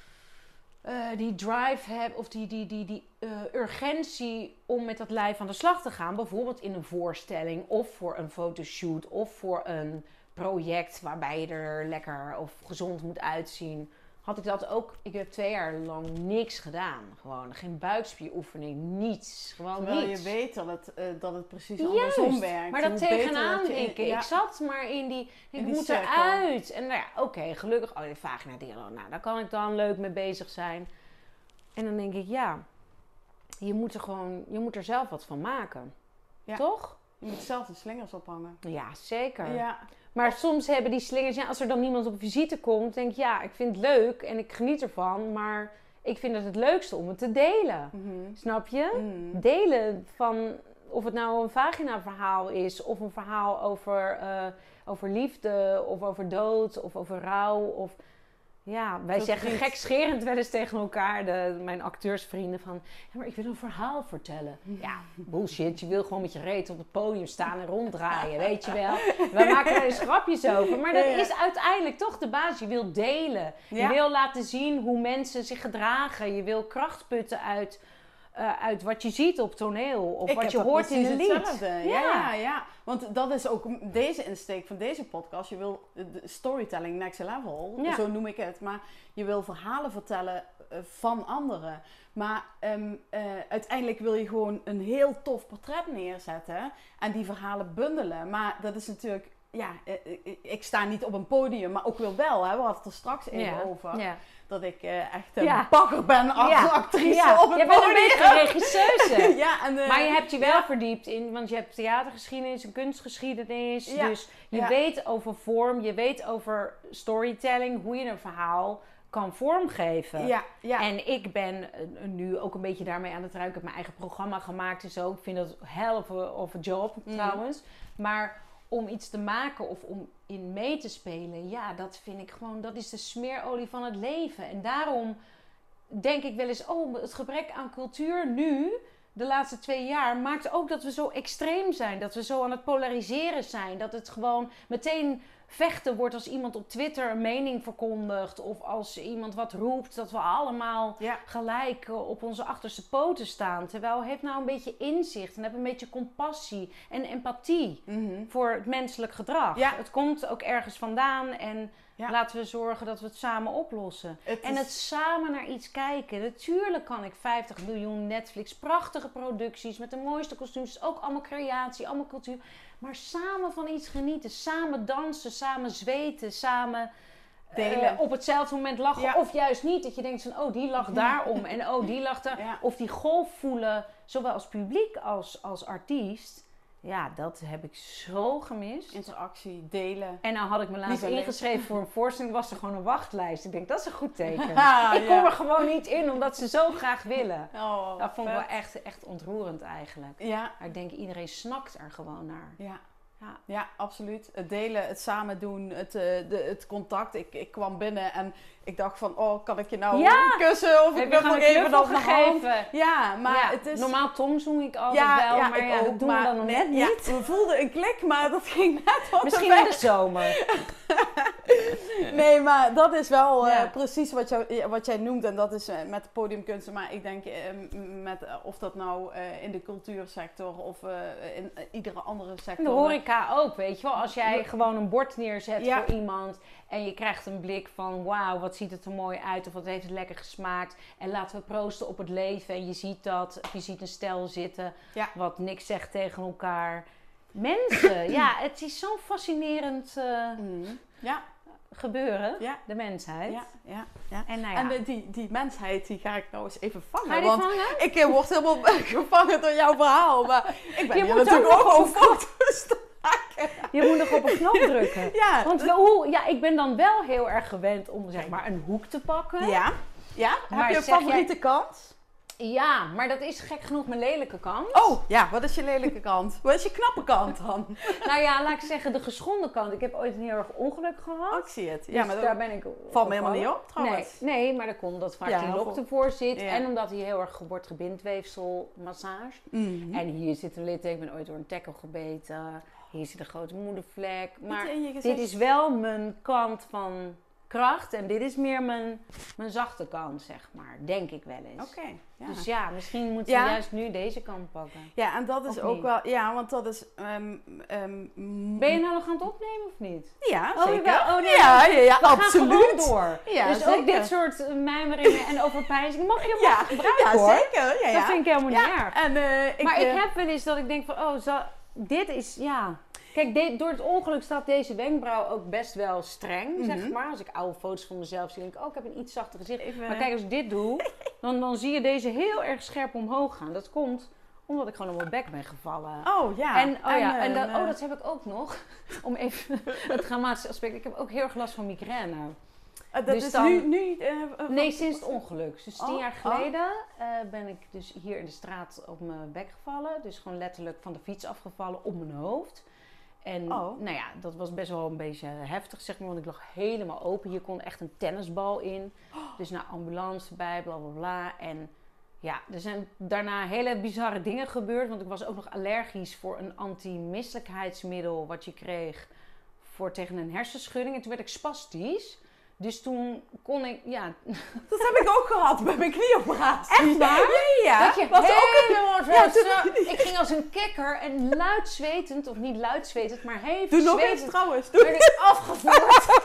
drive hebt of die urgentie om met dat lijf aan de slag te gaan. Bijvoorbeeld in een voorstelling of voor een fotoshoot of voor een project waarbij je er lekker of gezond moet uitzien. Had ik dat ook. Ik heb 2 jaar lang niks gedaan. Gewoon geen buikspieroefening, niets. Gewoon terwijl niets. je weet dat het precies andersom werkt. Maar dat tegenaan denken. Ik zat maar in die... Ik moet eruit. En nou ja, oké, gelukkig. Oh, de vagina dialoog. Nou, daar kan ik dan leuk mee bezig zijn. En dan denk ik, ja... Je moet er zelf wat van maken. Ja. Toch? Je moet zelf de slingers ophangen. Ja, zeker. Ja. Maar soms hebben die slingers, als er dan niemand op visite komt, denk ik, ik vind het leuk en ik geniet ervan, maar ik vind het leukste om het te delen. Snap je? Delen van, of het nou een vagina-verhaal is, of een verhaal over liefde, of over dood, of over rouw, of... Ja, wij zeggen gekscherend wel eens tegen elkaar, mijn acteursvrienden, van... Ja, maar ik wil een verhaal vertellen. Ja, bullshit. Je wil gewoon met je reet op het podium staan en ronddraaien, weet je wel. Wij maken er eens grapjes over. Maar dat is uiteindelijk toch de basis. Je wil delen. Je wil laten zien hoe mensen zich gedragen. Je wil kracht putten uit wat je ziet op toneel. Of wat je hoort in een lied. Hetzelfde. Ja. Want dat is ook deze insteek van deze podcast. Je wil de storytelling next level. Ja. Zo noem ik het. Maar je wil verhalen vertellen van anderen. Maar uiteindelijk wil je gewoon een heel tof portret neerzetten. En die verhalen bundelen. Maar dat is natuurlijk... Ja, ik sta niet op een podium. Maar ook wel. Hè? We hadden het er straks even over. Ja. Dat ik echt een bagger ben als actrice op het podium. Je bent een beetje regisseuse. Maar je hebt je wel verdiept in, want je hebt theatergeschiedenis en kunstgeschiedenis. Ja. Dus je weet over vorm, je weet over storytelling, hoe je een verhaal kan vormgeven. Ja. En ik ben nu ook een beetje daarmee aan het ruiken. Ik heb mijn eigen programma gemaakt en zo. Ik vind dat hell of a job trouwens. Maar om iets te maken of om in mee te spelen, dat vind ik gewoon, dat is de smeerolie van het leven. En daarom denk ik wel eens, het gebrek aan cultuur nu, de laatste 2 jaar, maakt ook dat we zo extreem zijn. Dat we zo aan het polariseren zijn. Dat het gewoon meteen vechten wordt als iemand op Twitter een mening verkondigt. Of als iemand wat roept. Dat we allemaal gelijk op onze achterste poten staan. Terwijl heb nou een beetje inzicht. En heb een beetje compassie en empathie voor het menselijk gedrag. Ja. Het komt ook ergens vandaan. En laten we zorgen dat we het samen oplossen. Het samen naar iets kijken. Natuurlijk kan ik 50 miljoen Netflix, prachtige producties met de mooiste kostuums. Ook allemaal creatie, allemaal cultuur. Maar samen van iets genieten. Samen dansen, samen zweten, samen op hetzelfde moment lachen. Ja. Of juist niet. Dat je denkt van, die lacht daarom. En die lacht daar. Ja. Of die golf voelen, zowel als publiek als artiest. Ja, dat heb ik zo gemist. Interactie, delen. En nou had ik me laatst ingeschreven voor een voorstelling. Was er gewoon een wachtlijst. Ik denk, dat is een goed teken. Ik kom er gewoon niet in, omdat ze zo graag willen. Dat vond ik wel echt ontroerend eigenlijk. Ja. Maar ik denk, iedereen snakt er gewoon naar. Ja, absoluut. Het delen, het samen doen, het contact. Ik kwam binnen en ik dacht van, kan ik je nou kussen? Of ik wil nog even op mijn hand. Ja, maar het is... Normaal tongzoen ik altijd wel, maar dat doen we dan nog net niet. Ja, we voelden een klik, maar dat ging net wat Misschien in de zomer. Nee, maar dat is wel precies wat jij noemt. En dat is met de podiumkunsten. Maar ik denk, of dat nou in de cultuursector of in iedere andere sector. De horeca ook, weet je wel. Als jij gewoon een bord neerzet voor iemand en je krijgt een blik van, wauw, wat ziet het er mooi uit of wat heeft het lekker gesmaakt. En laten we proosten op het leven. En je ziet dat, of je ziet een stel zitten wat niks zegt tegen elkaar. Mensen, het is zo'n fascinerend gebeuren, de mensheid. Ja. En, die mensheid, die ga ik nou eens even vangen. Ga je die vangen? Ik word helemaal gevangen door jouw verhaal. Maar ik ben hier natuurlijk ook over foto's te maken. Je moet nog op een knop drukken. Want ik ben dan wel heel erg gewend om zeg maar een hoek te pakken. Ja. Heb je een favoriete kant? Ja, maar dat is gek genoeg mijn lelijke kant. Oh, ja, wat is je lelijke kant? Wat is je knappe kant dan? Nou ja, laat ik zeggen, de geschonden kant. Ik heb ooit een heel erg ongeluk gehad. Oh, ik zie het. Ja, dus maar daar ben ik valt me helemaal niet op, trouwens. Nee, maar dat komt dat vaak die lok ervoor zit. Ja. En omdat hij heel erg wordt gebindweefselmassage. En hier zit een litteken. Ik ben ooit door een tackle gebeten. Hier zit een grote moedervlek. Maar dit is wel mijn kant van kracht. En dit is meer mijn zachte kant, zeg maar. Denk ik wel eens. Oké. Ja. Dus misschien moeten we juist nu deze kant pakken. Ja, en dat is ook wel... Ja, want dat is... Ben je nou nog aan het opnemen of niet? Ja, zeker. Ja, absoluut. We gaan gewoon door. Ja, dus zeker. ook dit soort mijmeringen en overpeinzingen mag je gebruiken, hoor. Ja, zeker. Dat vind ik helemaal niet erg. En, maar ik heb wel eens dat ik denk van... dit is... Kijk, door het ongeluk staat deze wenkbrauw ook best wel streng, zeg maar. Als ik oude foto's van mezelf zie, denk ik, ik heb een iets zachter gezicht. Maar kijk, als ik dit doe, dan zie je deze heel erg scherp omhoog gaan. Dat komt Omdat ik gewoon op mijn bek ben gevallen. Oh ja. En dat heb ik ook nog. Om even het dramatische aspect. Ik heb ook heel erg last van migraine. Dat dus is dan, nu... nee, sinds het ongeluk. Dus 10 jaar geleden ben ik dus hier in de straat op mijn bek gevallen. Dus gewoon letterlijk van de fiets afgevallen op mijn hoofd. En nou ja, dat was best wel een beetje heftig, zeg maar. Want ik lag helemaal open. Hier kon echt een tennisbal in. Dus naar ambulance bij, bla bla bla. En ja, er zijn daarna hele bizarre dingen gebeurd. Want ik was ook nog allergisch voor een anti-misselijkheidsmiddel wat je kreeg tegen een hersenschudding. En toen werd ik spastisch. Dus toen kon ik, ja... Dat heb ik ook gehad bij mijn knieoperatie. Echt waar? Ja. Dat je ik ging als een kikker en luid zwetend, of niet luid zwetend, maar hevig zwetend. Doe nog eens trouwens. Werd ik afgevoerd.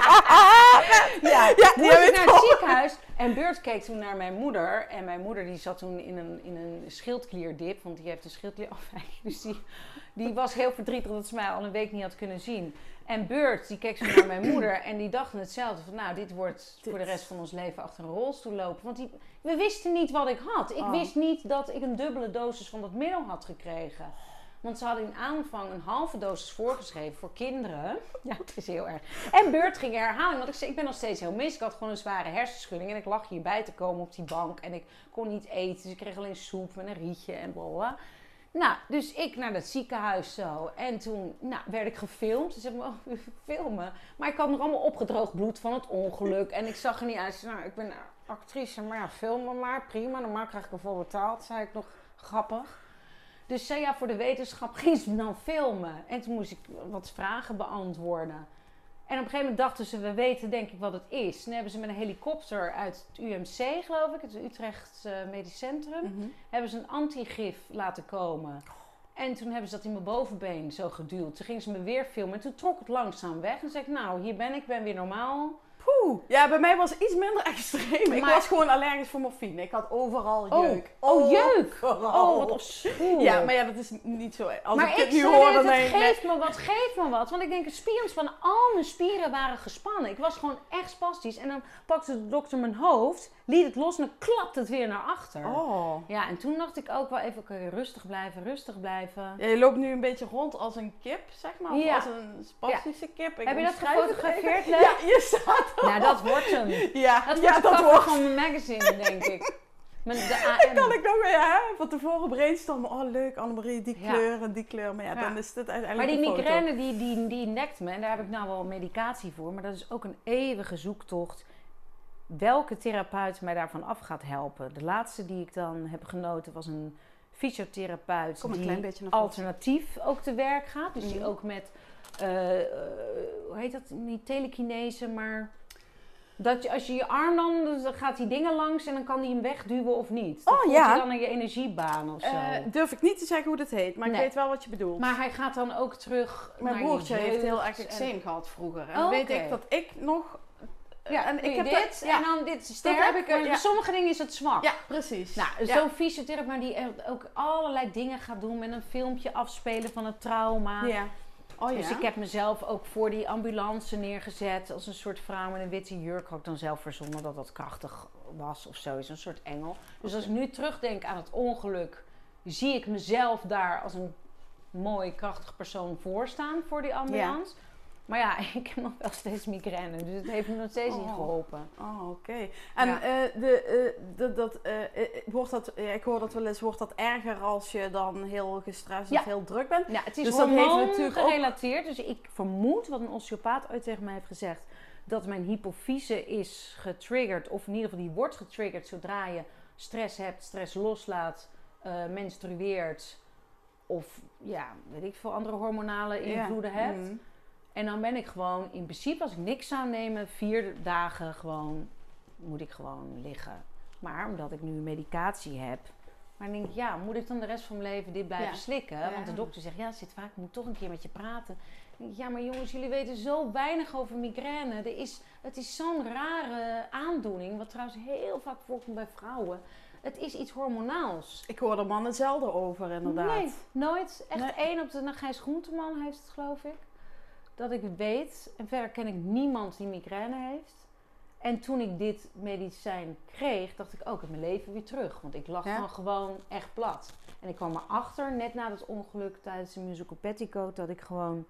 Die heb ik naar het ziekenhuis. En Beurt keek toen naar mijn moeder. En mijn moeder die zat toen in een schildklierdip, want die heeft een schildklierafwijking. Dus die was heel verdrietig dat ze mij al een week niet had kunnen zien. En Beurt, die keek zo naar mijn moeder en die dachten hetzelfde. Van nou, dit wordt voor de rest van ons leven achter een rolstoel lopen. Want we wisten niet wat ik had. Ik wist niet dat ik een dubbele dosis van dat middel had gekregen. Want ze hadden in aanvang een halve dosis voorgeschreven voor kinderen. Ja, het is heel erg. En Beurt ging herhalen. Want ik ben nog steeds heel mis. Ik had gewoon een zware hersenschudding. En ik lag hierbij te komen op die bank. En ik kon niet eten. Dus ik kreeg alleen soep en een rietje en blablabla. Nou, dus ik naar dat ziekenhuis zo. En toen werd ik gefilmd. Ze zeiden, filmen. Maar ik had nog allemaal opgedroogd bloed van het ongeluk. En ik zag er niet uit. Nou, ik ben actrice, maar ja, film me maar. Prima, normaal krijg ik ervoor betaald. Zei ik nog grappig. Dus voor de wetenschap ging ze me dan filmen. En toen moest ik wat vragen beantwoorden. En op een gegeven moment dachten ze, we weten denk ik wat het is. Toen hebben ze met een helikopter uit het UMC, geloof ik, het Utrecht Medisch Centrum, hebben ze een antigif laten komen. En toen hebben ze dat in mijn bovenbeen zo geduwd. Toen gingen ze me weer filmen en toen trok het langzaam weg. En toen zei ik, nou, hier ben ik ben weer normaal. Poeh. Ja, bij mij was het iets minder extreem. Ik was gewoon allergisch voor morfine. Ik had overal jeuk. Jeuk! Oh, wat afschuwelijk. Ja, maar ja, dat is niet zo... Als maar ik het nu hoor, dan denk ik... Geef me wat. Want ik denk, het van al mijn spieren waren gespannen. Ik was gewoon echt spastisch. En dan pakte de dokter mijn hoofd, liet het los en dan klapte het weer naar achter. Oh. Ja, en toen dacht ik ook wel even, oké, rustig blijven. Ja, je loopt nu een beetje rond als een kip, zeg maar. Of als een spastische kip. Heb je dat gefotografeerd? Ja, je staat er. Nou, dat wordt hem. Dat wordt van mijn magazine, denk ik. Met de AM. Kan ik nog van tevoren brainstormen. Oh, leuk, Annemarie, die kleur en die kleur. Maar dan is het uiteindelijk maar die migraine, die nekt me. En daar heb ik nou wel medicatie voor. Maar dat is ook een eeuwige zoektocht. Welke therapeut mij daarvan af gaat helpen. De laatste die ik dan heb genoten was een fysiotherapeut die alternatief ook te werk gaat. Dus die ook met, hoe heet dat, niet telekinese, maar dat als je je arm dan gaat die dingen langs en dan kan die hem wegduwen of niet. Dat voelt je dan in je energiebaan of zo. Durf ik niet te zeggen hoe dat heet, maar ik weet wel wat je bedoelt. Maar hij gaat dan ook terug Mijn broertje heeft heel erg eczeem gehad vroeger. En weet ik dat ik nog... en ik heb dit en dan dit sterk. Maar sommige dingen is het zwak. Ja, precies. Nou, zo'n fysiotherapeut die ook allerlei dingen gaat doen met een filmpje afspelen van het trauma. Ja. Dus ik heb mezelf ook voor die ambulance neergezet als een soort vrouw met een witte jurk. Had ik dan zelf verzonnen dat dat krachtig was of zo. Is een soort engel. Dus als ik nu terugdenk aan het ongeluk, zie ik mezelf daar als een mooi krachtig persoon voor staan voor die ambulance. Ja. Maar ja, ik heb nog wel steeds migraine, dus het heeft me nog steeds niet geholpen. Oh, oké. En wordt dat, ik hoor dat wel eens, wordt dat erger als je dan heel gestrest of heel druk bent? Ja, het is dus hormoongerelateerd. Dus ik vermoed, wat een osteopaat ooit tegen mij heeft gezegd, dat mijn hypofyse is getriggerd, of in ieder geval die wordt getriggerd zodra je stress hebt, stress loslaat, menstrueert, of weet ik veel, andere hormonale invloeden hebt. En dan ben ik gewoon, in principe als ik niks zou nemen, 4 dagen moet ik gewoon liggen. Maar omdat ik nu medicatie heb, maar dan denk ik, moet ik dan de rest van mijn leven dit blijven slikken? Ja. Want de dokter zegt, het zit vaak, ik moet toch een keer met je praten. Dan denk ik, maar jongens, jullie weten zo weinig over migraine. Het is zo'n rare aandoening, wat trouwens heel vaak voorkomt bij vrouwen. Het is iets hormonaals. Ik hoor er mannen zelden over, inderdaad. Nee, nooit. Echt 1 op de Gijs Groenteman heeft het, geloof ik. Dat ik het weet. En verder ken ik niemand die migraine heeft. En toen ik dit medicijn kreeg, dacht ik, ik heb mijn leven weer terug. Want ik lag dan gewoon echt plat. En ik kwam erachter, net na het ongeluk tijdens de musical Petticoat, dat ik gewoon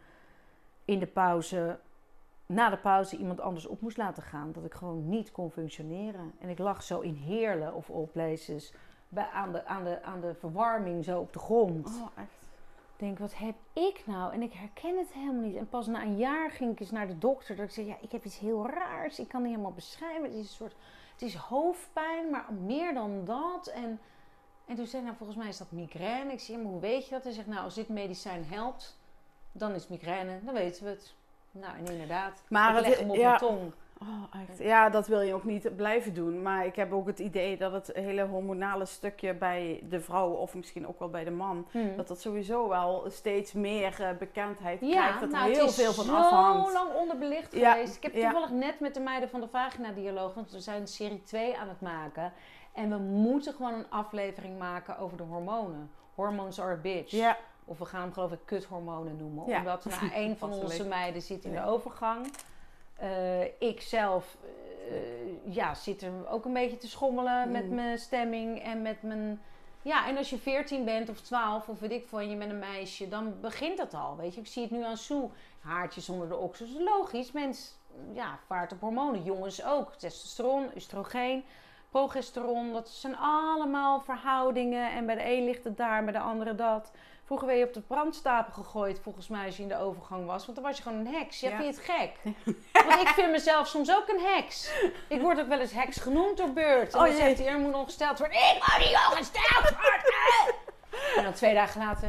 na de pauze iemand anders op moest laten gaan. Dat ik gewoon niet kon functioneren. En ik lag zo in Heerlen of all places, aan de verwarming zo op de grond. Oh, echt? Ik denk, wat heb ik nou? En ik herken het helemaal niet. En pas na een jaar ging ik eens naar de dokter. Dat ik zei, ik heb iets heel raars. Ik kan niet helemaal beschrijven. Het is hoofdpijn, maar meer dan dat. En toen zei hij, volgens mij is dat migraine. Ik zei, maar hoe weet je dat? Hij zegt, als dit medicijn helpt, dan is het migraine. Dan weten we het. Nou, en inderdaad. Maar ik leg hem op mijn tong. Oh, echt. Ja, dat wil je ook niet blijven doen. Maar ik heb ook het idee dat het hele hormonale stukje bij de vrouw, of misschien ook wel bij de man, dat sowieso wel steeds meer bekendheid krijgt. Dat er heel veel van afhangt. Het is zo lang onderbelicht geweest. Ik heb toevallig net met de meiden van de Vagina-dialoog, want we zijn serie 2 aan het maken. En we moeten gewoon een aflevering maken over de hormonen. Hormones are a bitch. Ja. Of we gaan hem geloof ik kuthormonen noemen. Ja. Omdat een van onze meiden zit in de overgang. Ik zelf zit er ook een beetje te schommelen met mijn stemming en met mijn... Ja, en als je 14 bent of 12 of weet ik veel, en je bent een meisje, dan begint dat al, weet je. Ik zie het nu aan Sue. Haartjes onder de oksels, logisch. Mens vaart op hormonen. Jongens ook. Testosteron, oestrogeen, progesteron. Dat zijn allemaal verhoudingen. En bij de een ligt het daar, bij de andere dat. Vroeger werd je op de brandstapel gegooid, volgens mij, als je in de overgang was. Want dan was je gewoon een heks. Ja, vind je het gek? Want ik vind mezelf soms ook een heks. Ik word ook wel eens heks genoemd door Beurt. En dan zegt hij, er moet ongesteld worden. Ik moet niet ongesteld worden! En dan 2 dagen later...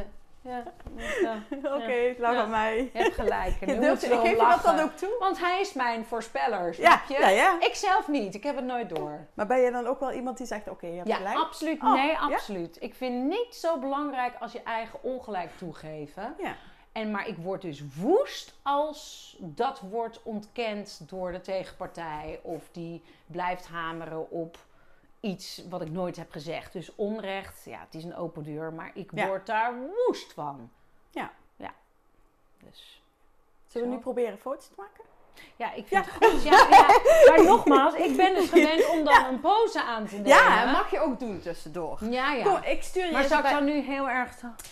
Oké, laat aan mij. Je hebt gelijk. En ik geef je dat dan ook toe? Want hij is mijn voorspeller, snap je? Ja. Ik zelf niet. Ik heb het nooit door. Maar ben je dan ook wel iemand die zegt, je hebt gelijk? Absoluut. Nee, absoluut. Ik vind niet zo belangrijk als je eigen ongelijk toegeven. Ja. Maar ik word dus woest als dat wordt ontkend door de tegenpartij. Of die blijft hameren op iets wat ik nooit heb gezegd. Dus onrecht, het is een open deur, maar ik word daar woest van. Ja. Dus. Zullen we nu proberen foto's te maken? Ja, ik vind het goed. Ja. Maar nogmaals, ik ben dus gewend om dan een pose aan te nemen. Ja, mag je ook doen tussendoor. Ja. Kom, ik stuur je maar zou ik dan nu heel erg...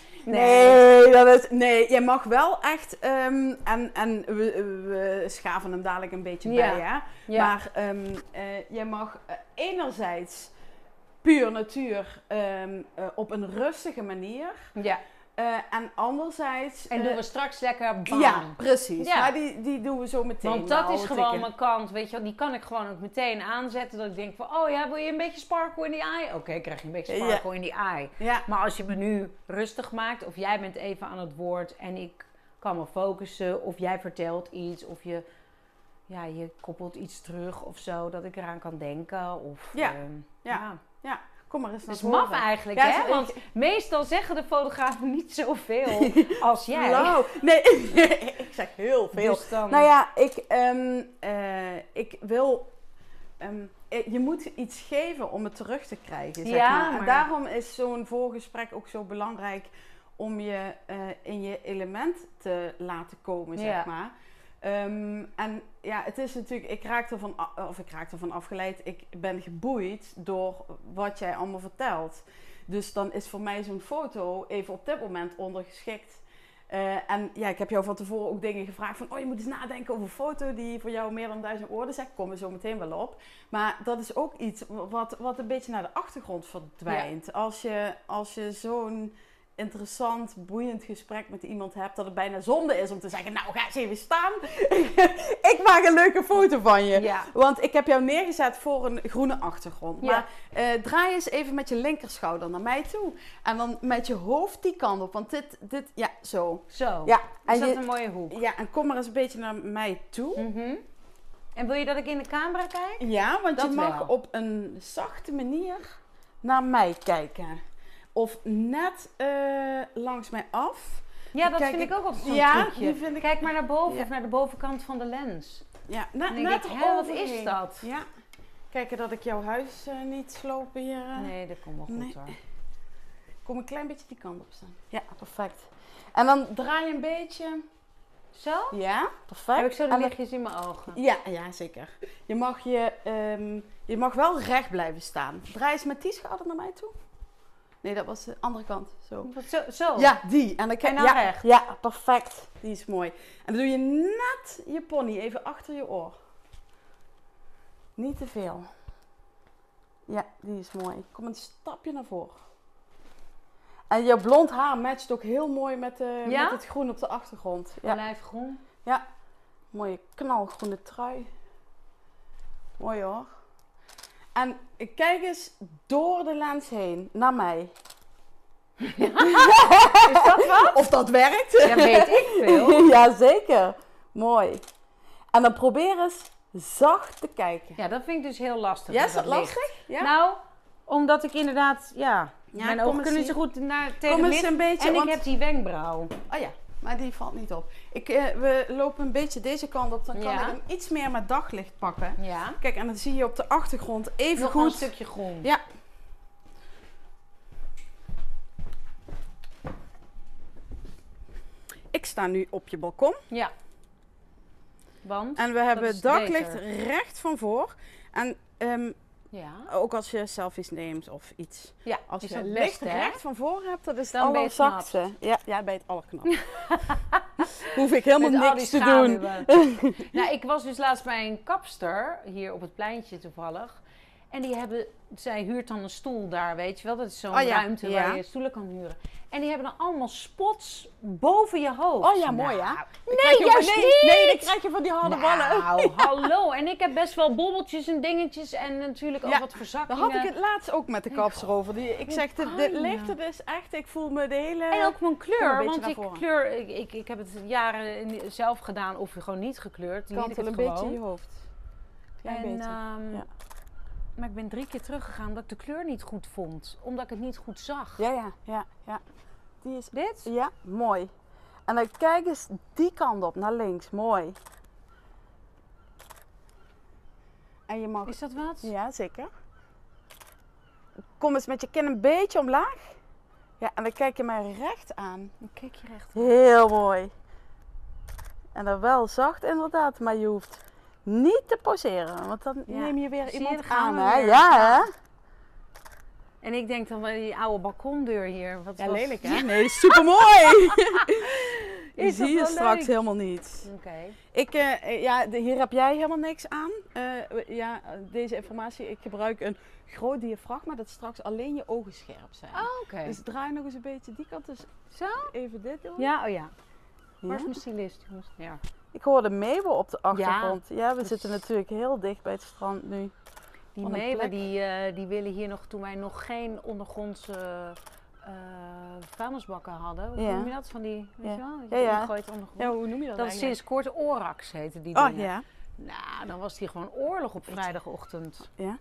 Nee, je mag wel echt... en we schaven hem dadelijk een beetje bij, hè? Ja. Maar je mag enerzijds puur natuur op een rustige manier... Ja. En anderzijds... En doen we straks lekker bam. Ja, precies. Ja. Maar die doen we zo meteen. Want dat is gewoon mijn kant, weet je wel. Die kan ik gewoon ook meteen aanzetten. Dat ik denk van, wil je een beetje sparkle in die eye? Oké, krijg je een beetje sparkle in die eye. Ja. Maar als je me nu rustig maakt, of jij bent even aan het woord en ik kan me focussen, of jij vertelt iets, of je koppelt iets terug of zo, dat ik eraan kan denken. Of, ja. Kom maar eens naar voren. Dat is maf eigenlijk, hè? Want meestal zeggen de fotografen niet zoveel als jij. Nou, nee, ik zeg heel veel. Dus dan... Nou ja, ik wil... je moet iets geven om het terug te krijgen, zeg maar. En daarom is zo'n voorgesprek ook zo belangrijk om je in je element te laten komen, zeg maar. En het is natuurlijk, ik raak ervan afgeleid. Ik ben geboeid door wat jij allemaal vertelt. Dus dan is voor mij zo'n foto even op dit moment ondergeschikt. Ik heb jou van tevoren ook dingen gevraagd van... je moet eens nadenken over een foto die voor jou meer dan 1000 woorden zegt. Komen we zo meteen wel op. Maar dat is ook iets wat een beetje naar de achtergrond verdwijnt. Ja. Als je zo'n interessant, boeiend gesprek met iemand hebt, dat het bijna zonde is om te zeggen, nou ga eens even staan. Ik maak een leuke foto van je. Ja. Want ik heb jou neergezet voor een groene achtergrond. Ja. Maar draai eens even met je linkerschouder naar mij toe. En dan met je hoofd die kant op. Want dit zo. Zo, ja. Is dat een mooie hoek? Ja, en kom maar eens een beetje naar mij toe. Mm-hmm. En wil je dat ik in de camera kijk? Ja, want dat je mag op een zachte manier naar mij kijken. Of net langs mij af. Ja, dat vind ik ook altijd zo'n trucje. Kijk maar naar boven of naar de bovenkant van de lens. Ja, net wat is dat? Ja. Kijken dat ik jouw huis niet slopen hier. Nee, dat komt wel goed hoor. Kom een klein beetje die kant op staan. Ja, perfect. En dan draai je een beetje Zo? Ja, perfect. Heb ik zo de lichtjes in mijn ogen? Ja, zeker. Je mag wel recht blijven staan. Draai eens met die schouder naar mij toe. Nee, dat was de andere kant. Zo. Zo? Ja, die. En nou recht? Ja, perfect. Die is mooi. En dan doe je net je pony even achter je oor. Niet te veel. Ja, die is mooi. Kom een stapje naar voren. En je blond haar matcht ook heel mooi met het groen op de achtergrond. Ja. Olijfgroen. Ja, mooie knalgroene trui. Mooi hoor. En kijk eens door de lens heen naar mij. Is dat wat? Of dat werkt? Ja, weet ik veel. Ja, zeker. Mooi. En dan probeer eens zacht te kijken. Ja, dat vind ik dus heel lastig. Ja, is dat lastig? Ja? Nou, omdat ik inderdaad, mijn ogen kunnen niet zo goed tegen het licht. Een beetje, en ik heb die wenkbrauw. Oh ja, maar die valt niet op. We lopen een beetje deze kant op, dan kan ik hem iets meer met daglicht pakken. Ja. Kijk, en dan zie je op de achtergrond even nog goed. een stukje groen. Ja. Ik sta nu op je balkon. Ja. Want? En we hebben het daglicht recht van voor. En ook als je selfies neemt of iets. Ja, als is je dat licht best, recht van voor hebt, dat is het dan ben je allerzachtste. Ja, bij het allerknap. Hoef ik helemaal met niks te doen. Nou, ik was dus laatst bij een kapster, hier op het pleintje toevallig. En zij huurt dan een stoel daar, weet je wel. Dat is zo'n ruimte waar je stoelen kan huren. En die hebben dan allemaal spots boven je hoofd. Oh ja, mooi hè? Nee, juist niet! Nee, dan krijg je van die harde ballen. Nou, hallo. En ik heb best wel bobbeltjes en dingetjes en natuurlijk ook wat verzakkingen. Daar had ik het laatst ook met de kapster over. Ik zeg, de licht, het is echt, ik voel me de hele... En ook mijn kleur, want ik heb het jaren zelf gedaan of gewoon niet gekleurd. Kantel een beetje in je hoofd. Klein beetje. Maar ik ben 3 keer teruggegaan omdat ik de kleur niet goed vond. Omdat ik het niet goed zag. Ja. Die is... Dit? Ja, mooi. En dan kijk eens die kant op, naar links. Mooi. En je mag... Is dat wat? Ja, zeker. Kom eens met je kin een beetje omlaag. Ja, en dan kijk je mij recht aan. Dan kijk je recht aan. Heel mooi. En dan wel zacht inderdaad, maar je hoeft niet te poseren, want dan neem je weer iemand aan. Hè? Ja, hè? En ik denk dan bij die oude balkondeur hier. Lelijk hè? Nee, dat is super mooi. Die zie je straks leuk? Helemaal niet. Oké. Hier heb jij helemaal niks aan. Deze informatie, ik gebruik een groot diafragma dat straks alleen je ogen scherp zijn. Oh, oké. Dus draai nog eens een beetje die kant. Dus zo? Even dit doen. Ja, oh ja. Waar is mijn stylist, jongens? Ja. Ik hoorde meeuwen op de achtergrond. Ja, we zitten natuurlijk heel dicht bij het strand nu. Die meeuwen die willen hier nog, toen wij nog geen ondergrondse vuilnisbakken hadden. Hoe noem je dat? Van die, weet je wel? Ja. Ja, hoe noem je dat? Dat is sinds kort Orax heten die dingen. Oh ja. Nou, dan was hier gewoon oorlog op vrijdagochtend. Ja.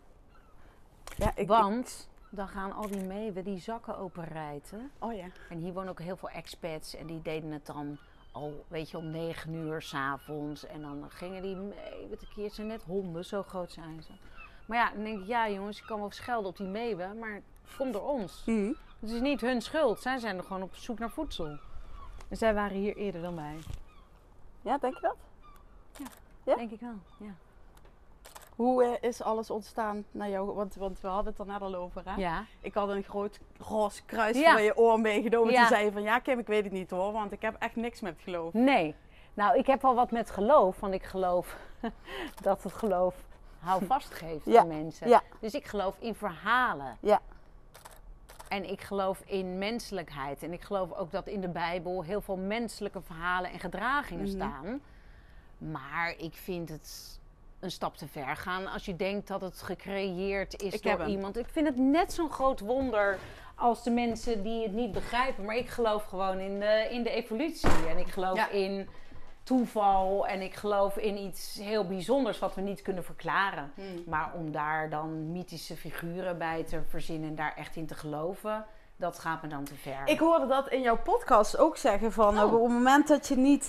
Want dan gaan al die meeuwen die zakken openrijten. Oh ja. En hier wonen ook heel veel expats en die deden het dan al, weet je, om 9 uur 's avonds. En dan gingen die meeuwen tekeer, zijn net honden, zo groot zijn ze. Maar ja, dan denk ik, ja jongens, je kan wel schelden op die meeuwen, maar het komt door ons. Mm. Het is niet hun schuld, zij zijn er gewoon op zoek naar voedsel. En zij waren hier eerder dan wij. Ja, denk je dat? Ja? Denk ik wel, ja. Hoe is alles ontstaan naar jou? Want we hadden het er net al over, hè? Ja. Ik had een groot roze kruis voor je oor meegenomen. Toen zei je van, ja Kim, ik weet het niet hoor, want ik heb echt niks met geloof. Nee. Nou, ik heb wel wat met geloof, want ik geloof dat het geloof houvast geeft aan mensen. Ja. Dus ik geloof in verhalen. Ja. En ik geloof in menselijkheid. En ik geloof ook dat in de Bijbel heel veel menselijke verhalen en gedragingen staan. Maar ik vind het een stap te ver gaan als je denkt dat het gecreëerd is door iemand. Ik vind het net zo'n groot wonder als de mensen die het niet begrijpen. Maar ik geloof gewoon in de evolutie. En ik geloof in toeval. En ik geloof in iets heel bijzonders wat we niet kunnen verklaren. Maar om daar dan mythische figuren bij te verzinnen en daar echt in te geloven, dat gaat me dan te ver. Ik hoorde dat in jouw podcast ook zeggen van op het moment dat je niet...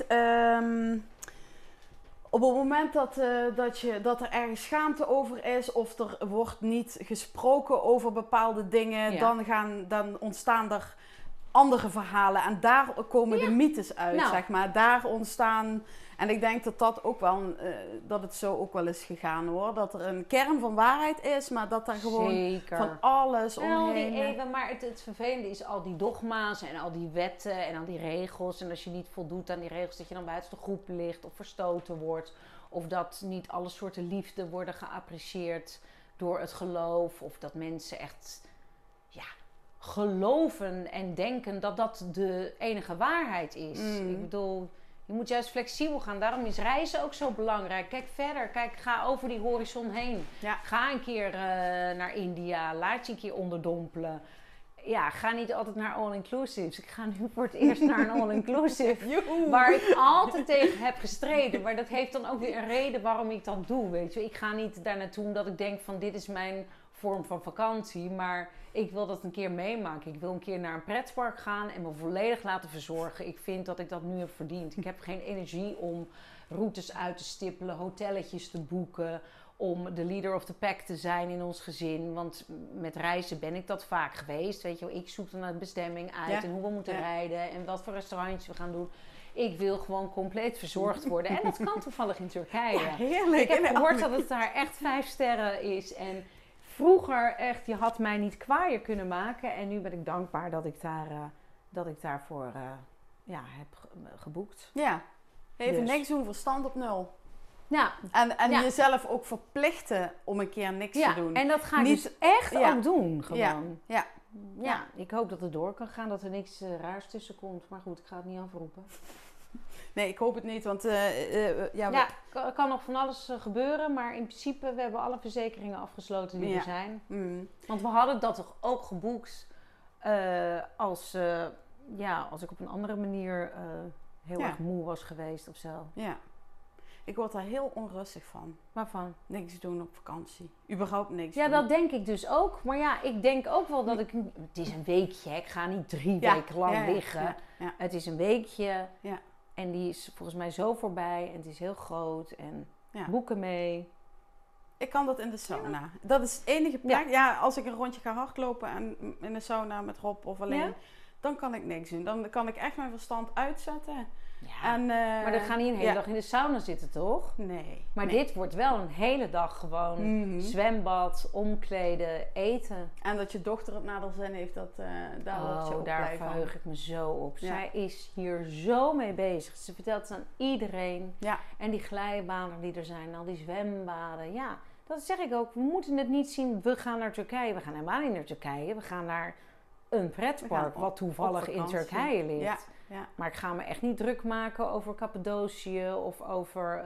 Op het moment dat er ergens schaamte over is of er wordt niet gesproken over bepaalde dingen, dan ontstaan er andere verhalen. En daar komen de mythes uit, zeg maar. Daar ontstaan... En ik denk dat dat ook wel, dat het zo ook wel is gegaan, hoor. Dat er een kern van waarheid is, maar dat er gewoon van alles omheen... Maar het vervelende is al die dogma's en al die wetten en al die regels. En als je niet voldoet aan die regels, dat je dan buiten de groep ligt of verstoten wordt. Of dat niet alle soorten liefde worden geapprecieerd door het geloof. Of dat mensen echt geloven en denken dat dat de enige waarheid is. Ik bedoel... Je moet juist flexibel gaan. Daarom is reizen ook zo belangrijk. Kijk verder. Ga over die horizon heen. Ja. Ga een keer naar India. Laat je een keer onderdompelen. Ja, ga niet altijd naar all-inclusives. Ik ga nu voor het eerst naar een all-inclusive. Waar ik altijd tegen heb gestreden. Maar dat heeft dan ook weer een reden waarom ik dat doe. Weet je. Ik ga niet daar naartoe omdat ik denk van dit is mijn vorm van vakantie. Maar ik wil dat een keer meemaken. Ik wil een keer naar een pretpark gaan en me volledig laten verzorgen. Ik vind dat ik dat nu heb verdiend. Ik heb geen energie om routes uit te stippelen, hotelletjes te boeken, om de leader of the pack te zijn in ons gezin. Want met reizen ben ik dat vaak geweest. Weet je wel, ik zoek dan naar de bestemming uit en hoe we moeten rijden en wat voor restaurantjes we gaan doen. Ik wil gewoon compleet verzorgd worden. En dat kan toevallig in Turkije. Ja, heerlijk. Ik heb gehoord dat het daar echt 5 sterren is. En vroeger echt, je had mij niet kwaaier kunnen maken. En nu ben ik dankbaar dat ik daarvoor heb geboekt. Ja, even niks doen, verstand op 0. Ja. En jezelf ook verplichten om een keer niks te doen. En dat ga ik dus echt ook doen, gewoon. Ja, ik hoop dat het door kan gaan, dat er niks raars tussen komt. Maar goed, ik ga het niet afroepen. Nee, ik hoop het niet, want... Er kan nog van alles gebeuren, maar in principe, we hebben alle verzekeringen afgesloten die er zijn. Want we hadden dat toch ook geboekt als ik op een andere manier heel erg moe was geweest of zo. Ja. Ik word daar heel onrustig van. Waarvan? Niks doen op vakantie. Überhaupt niks doen. Ja, dat denk ik dus ook. Maar ja, ik denk ook wel dat ik... Het is een weekje, ik ga niet 3 weken lang liggen. Ja. Het is een weekje. Ja. En die is volgens mij zo voorbij. En het is heel groot. En boeken mee. Ik kan dat in de sauna. Ja. Dat is het enige plek. Ja, als ik een rondje ga hardlopen en in de sauna met Rob of alleen... Ja? Dan kan ik niks doen. Dan kan ik echt mijn verstand uitzetten. Ja, en, maar dan ga niet een hele dag in de sauna zitten, toch? Nee. Maar dit wordt wel een hele dag gewoon zwembad, omkleden, eten. En dat je dochter het naar haar zin heeft, daar word je ook daar blij van. verheug ik me zo op. Ja. Zij is hier zo mee bezig. Ze vertelt het aan iedereen. Ja. En die glijbanen die er zijn, al die zwembaden. Ja, dat zeg ik ook. We moeten het niet zien, we gaan naar Turkije. We gaan helemaal niet naar Turkije. We gaan naar een pretpark wat toevallig in Turkije ligt. Ja. Ja. Maar ik ga me echt niet druk maken over Cappadocië of over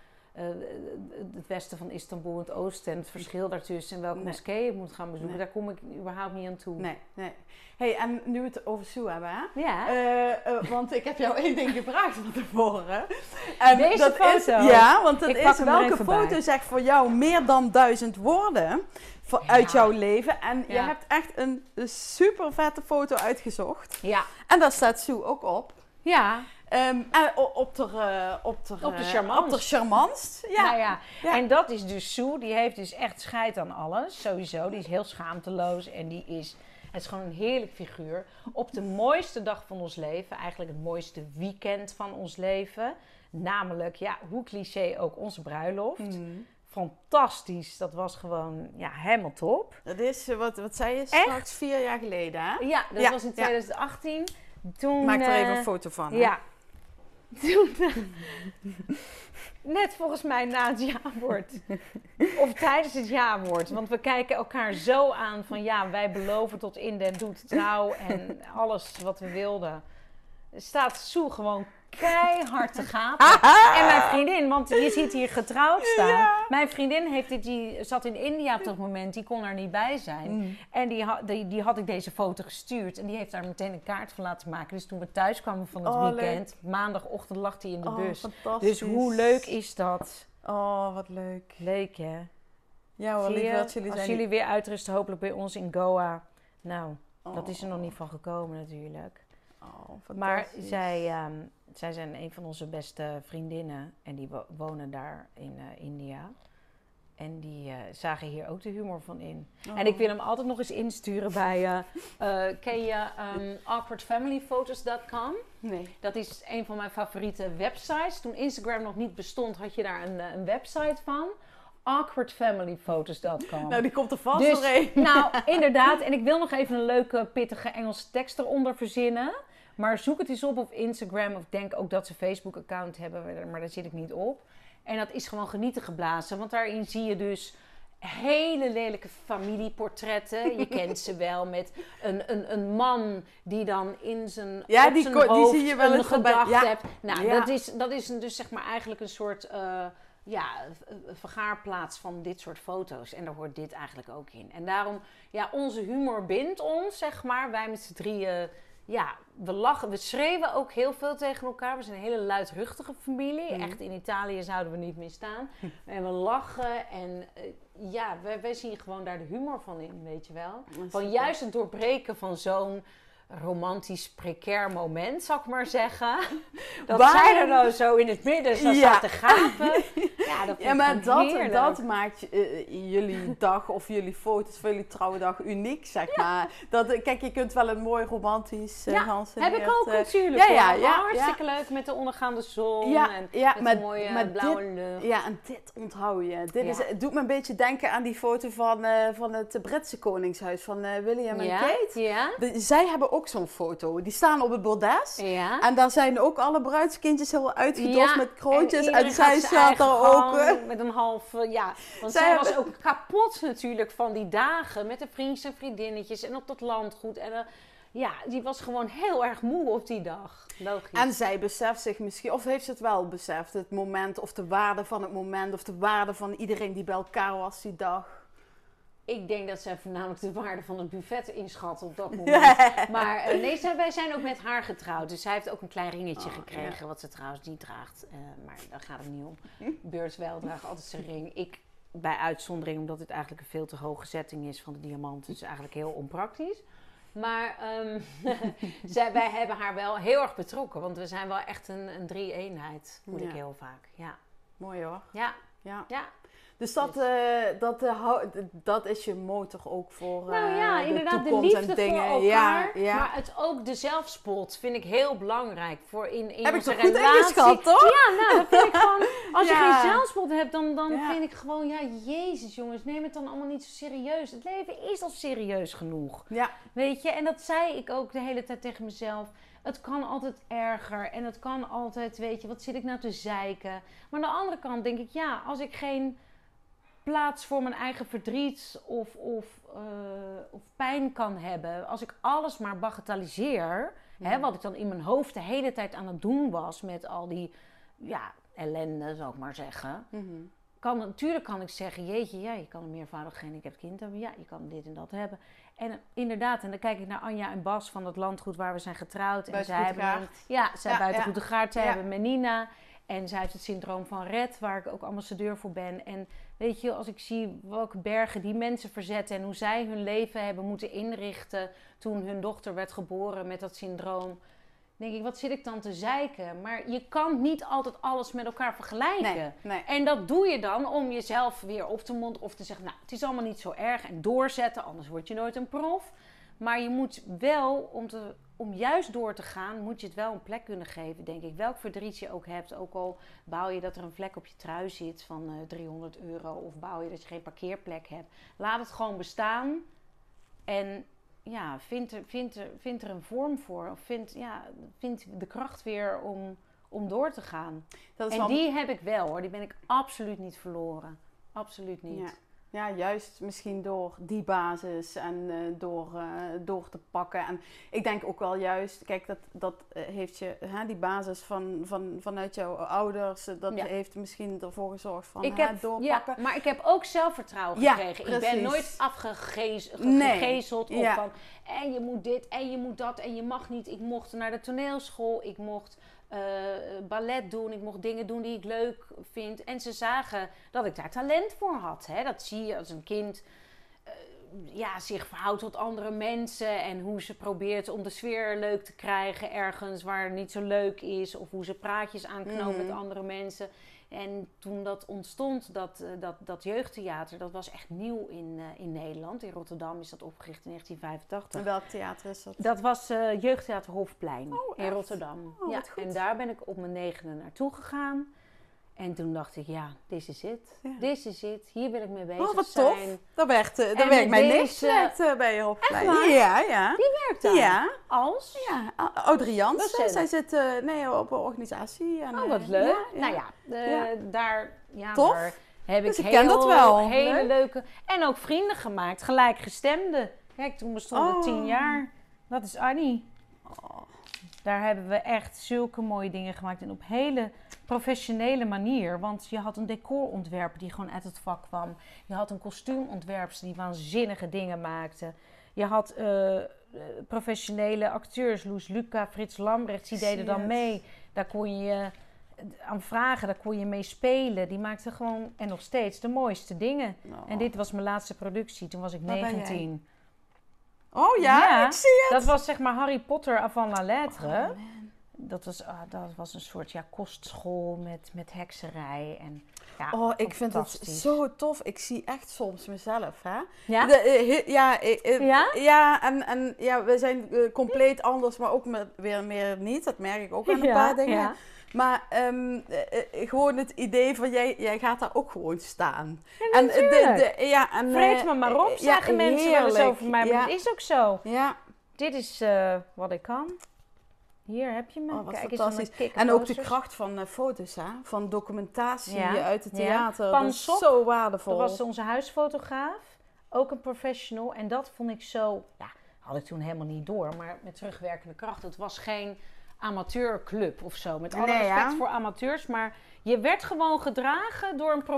het westen van Istanbul en het oosten. En het verschil daartussen en welke moskee je moet gaan bezoeken. Daar kom ik überhaupt niet aan toe. Nee. Hey, en nu we het over Sue hebben, hè? Ja. Want ik heb jou 1 ding gevraagd van tevoren. En deze foto? Want dat is welke foto zegt voor jou meer dan 1000 woorden uit jouw leven. En je hebt echt een super vette foto uitgezocht. Ja. En daar staat Sue ook op. Ja. Op de charmantst. Ja. Nou ja. En dat is dus Sue. Die heeft dus echt scheid aan alles. Sowieso. Die is heel schaamteloos. En het is gewoon een heerlijk figuur. Op de mooiste dag van ons leven. Eigenlijk het mooiste weekend van ons leven. Namelijk, hoe cliché ook, onze bruiloft. Fantastisch. Dat was gewoon helemaal top. Dat is, wat zei je straks, 4 jaar geleden, hè? Ja, dat was in 2018. Toen, maak er even een foto van. Hè? Ja. Toen, net volgens mij na het jaarwoord. Of tijdens het jaarwoord. Want we kijken elkaar zo aan van wij beloven tot in den dood trouw en alles wat we wilden. Staat Sue gewoon keihard te gapen. En mijn vriendin, want je ziet hier getrouwd staan. Ja. Mijn vriendin die zat in India op dat moment, die kon er niet bij zijn. En die had ik deze foto gestuurd. En die heeft daar meteen een kaart van laten maken. Dus toen we thuis kwamen van het weekend, maandagochtend lag hij in de bus. Dus hoe leuk is dat? Oh, wat leuk. Leuk, hè? Ja hoor, lief wat jullie zijn. Als jullie weer uitrusten, hopelijk bij ons in Goa. Nou, dat is er nog niet van gekomen natuurlijk. Maar zij zijn een van onze beste vriendinnen en die wonen daar in India. En die zagen hier ook de humor van in. En ik wil hem altijd nog eens insturen bij... ken je awkwardfamilyphotos.com? Nee. Dat is een van mijn favoriete websites. Toen Instagram nog niet bestond, had je daar een website van. awkwardfamilyphotos.com. Nou, die komt er vast dus, doorheen. Nou, inderdaad. En ik wil nog even een leuke, pittige Engelse tekst eronder verzinnen. Maar zoek het eens op Instagram. Of ik denk ook dat ze een Facebook-account hebben, maar daar zit ik niet op. En dat is gewoon genieten geblazen. Want daarin zie je dus hele lelijke familieportretten. Je kent ze wel met een man die dan in zijn, ja, op zijn hoofd die zie je wel een eens gedachte ja. hebt. Nou, ja. dat is dus zeg maar eigenlijk een soort vergaarplaats van dit soort foto's. En daar hoort dit eigenlijk ook in. En daarom, ja, onze humor bindt ons, zeg maar. Wij met z'n drieën... Ja, we lachen, we schreeuwen ook heel veel tegen elkaar. We zijn een hele luidruchtige familie. Echt, in Italië zouden we niet meer staan. En we lachen en wij zien gewoon daar de humor van in, weet je wel. Van juist het doorbreken van zo'n romantisch precair moment, zal ik maar zeggen. Dat zij er nou zo in het midden staat te gapen. Ja, dat vind ik heerlijk. Dat maakt jullie dag of jullie foto's van jullie trouwdag uniek, zeg maar. Kijk, je kunt wel een mooi romantisch heb ik ook natuurlijk. Hartstikke leuk met de ondergaande zon en met een mooie blauwe lucht. Ja, en dit onthoud je. Het doet me een beetje denken aan die foto van het Britse koningshuis van William en Kate. Ja. Zij hebben ook zo'n foto. Die staan op het bordes. Ja. En daar zijn ook alle bruidskindjes heel uitgedost met kroontjes. En zij zat er ook. Met een half, Want zij was ook kapot natuurlijk van die dagen. Met de vriendjes en vriendinnetjes. En op dat landgoed. En die was gewoon heel erg moe op die dag. Logisch. En zij beseft zich misschien, of heeft ze het wel beseft, het moment of de waarde van het moment. Of de waarde van iedereen die bij elkaar was die dag. Ik denk dat zij voornamelijk de waarde van het buffet inschat op dat moment. Maar wij zijn ook met haar getrouwd. Dus zij heeft ook een klein ringetje gekregen. Wat ze trouwens niet draagt. Maar daar gaat het niet om. Beurtswel draagt altijd zijn ring. Ik bij uitzondering, omdat dit eigenlijk een veel te hoge zetting is van de diamant. Dus eigenlijk heel onpraktisch. Maar wij hebben haar wel heel erg betrokken. Want we zijn wel echt een drie-eenheid. Moet ik heel vaak. Ja. Mooi hoor. Ja. Dus dat is je motor ook voor inderdaad, de toekomst en dingen. Voor elkaar, maar het ook de zelfspot vind ik heel belangrijk voor in heb onze ik toch relatie. goed ingeschat, toch? Ja, nou, dat vind ik gewoon. Als je geen zelfspot hebt, dan vind ik gewoon, jezus jongens, neem het dan allemaal niet zo serieus. Het leven is al serieus genoeg. Ja. Weet je, en dat zei ik ook de hele tijd tegen mezelf. Het kan altijd erger en het kan altijd, weet je, wat zit ik nou te zeiken. Maar aan de andere kant denk ik, als ik geen plaats voor mijn eigen verdriet of pijn kan hebben. Als ik alles maar bagatelliseer, wat ik dan in mijn hoofd de hele tijd aan het doen was met al die ellende, zou ik maar zeggen. Mm-hmm. Natuurlijk kan ik zeggen, jeetje, je kan een meervoudig gehandicapt kind hebben. Ja, je kan dit en dat hebben. En inderdaad, en dan kijk ik naar Anja en Bas van het landgoed waar we zijn getrouwd. En zij hebben buiten Goedegaard, zij hebben Menina. En zij heeft het syndroom van Red, waar ik ook ambassadeur voor ben. En weet je, als ik zie welke bergen die mensen verzetten en hoe zij hun leven hebben moeten inrichten toen hun dochter werd geboren met dat syndroom, denk ik, wat zit ik dan te zeiken? Maar je kan niet altijd alles met elkaar vergelijken. Nee. En dat doe je dan om jezelf weer op te monteren of te zeggen, nou, het is allemaal niet zo erg en doorzetten, anders word je nooit een prof. Maar je moet wel, om juist door te gaan, moet je het wel een plek kunnen geven, denk ik. Welk verdriet je ook hebt, ook al bouw je dat er een vlek op je trui zit van €300... of bouw je dat je geen parkeerplek hebt. Laat het gewoon bestaan en vind er een vorm voor. Of vind de kracht weer om door te gaan. Die heb ik wel hoor, die ben ik absoluut niet verloren. Absoluut niet. Ja. Ja, juist misschien door die basis en door te pakken. En ik denk ook wel juist, kijk, dat heeft je, die basis vanuit jouw ouders, dat heeft misschien ervoor gezorgd van doorpakken. Ja, maar ik heb ook zelfvertrouwen gekregen. Precies. Ik ben nooit afgegezeld of van, en je moet dit en je moet dat en je mag niet. Ik mocht naar de toneelschool, ik mocht ballet doen, ik mocht dingen doen die ik leuk vind. En ze zagen dat ik daar talent voor had. Hè? Dat zie je als een kind. zich verhoudt tot andere mensen. En hoe ze probeert om de sfeer leuk te krijgen ergens waar het niet zo leuk is. Of hoe ze praatjes aanknoopt met andere mensen. En toen dat ontstond, dat jeugdtheater, dat was echt nieuw in Nederland. In Rotterdam is dat opgericht in 1985. En welk theater is dat? Dat was Jeugdtheater Hofplein in Rotterdam. Oh, wat goed. En daar ben ik op mijn 9e naartoe gegaan. En toen dacht ik, this is it. Ja. This is it. Hier wil ik mee bezig Oh, wat zijn. tof. Daar werkt met mijn deze- nicht bij je Hofplein. Echt waar? Ja. Die werkt daar. Ja. Als? Ja, Audrey Jansen. Docent. Zij zit op een organisatie. En, Oh, wat leuk. ja. Nou ja, daar Tof. daar heb Dus ik ik ken dat wel. hele Leuk. leuke... En ook vrienden gemaakt, gelijkgestemden. Kijk, toen bestond het 10 jaar. Dat is Annie. Daar hebben we echt zulke mooie dingen gemaakt. En op hele professionele manier. Want je had een decorontwerper die gewoon uit het vak kwam. Je had een kostuumontwerpster die waanzinnige dingen maakte. Je had professionele acteurs. Loes Luca, Frits Lambrechts, die deden dan mee. Daar kon je aan vragen, daar kon je mee spelen. Die maakten gewoon, en nog steeds, de mooiste dingen. Oh. En dit was mijn laatste productie. Toen was ik Waar ben jij? 19. Oh ja, ik zie het. Dat was zeg maar Harry Potter avant la lettre. Oh, man. Dat was een soort kostschool met hekserij. En, Ik vind het fantastisch. zo tof. Ik zie echt soms mezelf, hè? Ja? Ja, en we zijn compleet anders, maar ook weer meer niet. Dat merk ik ook aan een paar dingen. Ja. Maar gewoon het idee van jij gaat daar ook gewoon staan. Ja, natuurlijk. Vreet me maar op, zeggen mensen wel eens heerlijk. over mij. Maar dat is ook zo. Ja, Dit is wat ik kan. Hier heb je me. wat Kijk eens fantastisch. naar mijn En ook de kikkerposters. kracht van foto's, hè? Van documentatie Ja, uit het ja. theater. Pan Dat is Sop, zo waardevol. Dat was onze huisfotograaf. Ook een professional. En dat vond ik zo... Ja, had ik toen helemaal niet door. Maar met terugwerkende kracht. Het was geen amateurclub of zo. Met alle Nee, respect ja. voor amateurs. Maar je werd gewoon gedragen door een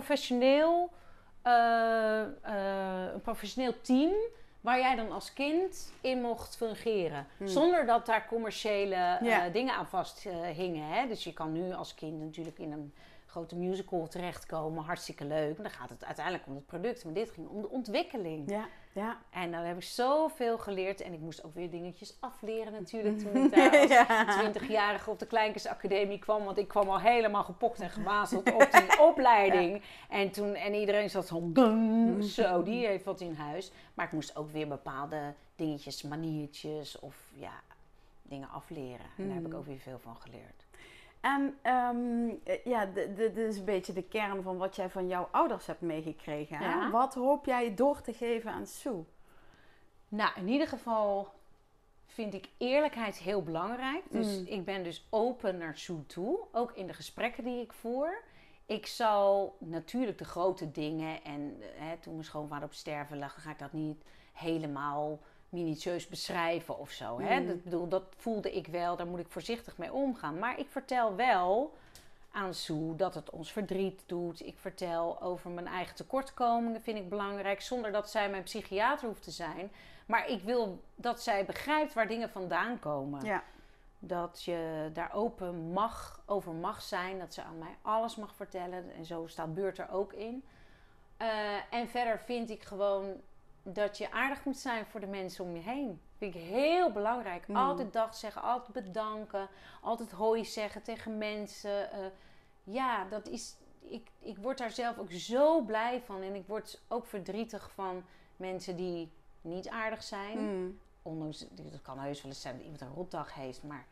professioneel team... waar jij dan als kind in mocht fungeren. Zonder dat daar commerciële dingen aan vast hingen. Hè? Dus je kan nu als kind natuurlijk in een grote musical terechtkomen. Hartstikke leuk. En dan gaat het uiteindelijk om het product. Maar dit ging om de ontwikkeling. Ja. En dan heb ik zoveel geleerd. En ik moest ook weer dingetjes afleren natuurlijk. Toen ik daar als 20-jarige op de Kleinkunstacademie kwam. Want ik kwam al helemaal gepokt en gewazeld op die opleiding. En iedereen zat zo, die heeft wat in huis. Maar ik moest ook weer bepaalde dingetjes, maniertjes of dingen afleren. En daar heb ik ook weer veel van geleerd. En dit is een beetje de kern van wat jij van jouw ouders hebt meegekregen. Hè? Ja. Wat hoop jij door te geven aan Sue? Nou, in ieder geval vind ik eerlijkheid heel belangrijk. Dus ik ben dus open naar Sue toe. Ook in de gesprekken die ik voer. Ik zal natuurlijk de grote dingen... En toen mijn schoonvader op sterven lag... ga ik dat niet helemaal minutieus beschrijven of zo. Hè? Dat voelde ik wel. Daar moet ik voorzichtig mee omgaan. Maar ik vertel wel aan Sue dat het ons verdriet doet. Ik vertel over mijn eigen tekortkomingen. Vind ik belangrijk. Zonder dat zij mijn psychiater hoeft te zijn. Maar ik wil dat zij begrijpt waar dingen vandaan komen. Ja. Dat je daar open over mag zijn. Dat ze aan mij alles mag vertellen. En zo staat Beurt er ook in. En verder vind ik gewoon dat je aardig moet zijn voor de mensen om je heen. Vind ik heel belangrijk. Altijd dag zeggen, altijd bedanken. Altijd hoi zeggen tegen mensen. Dat is... Ik word daar zelf ook zo blij van. En ik word ook verdrietig van mensen die niet aardig zijn. Ondanks, dat kan heus wel eens zijn dat iemand een rotdag heeft. Maar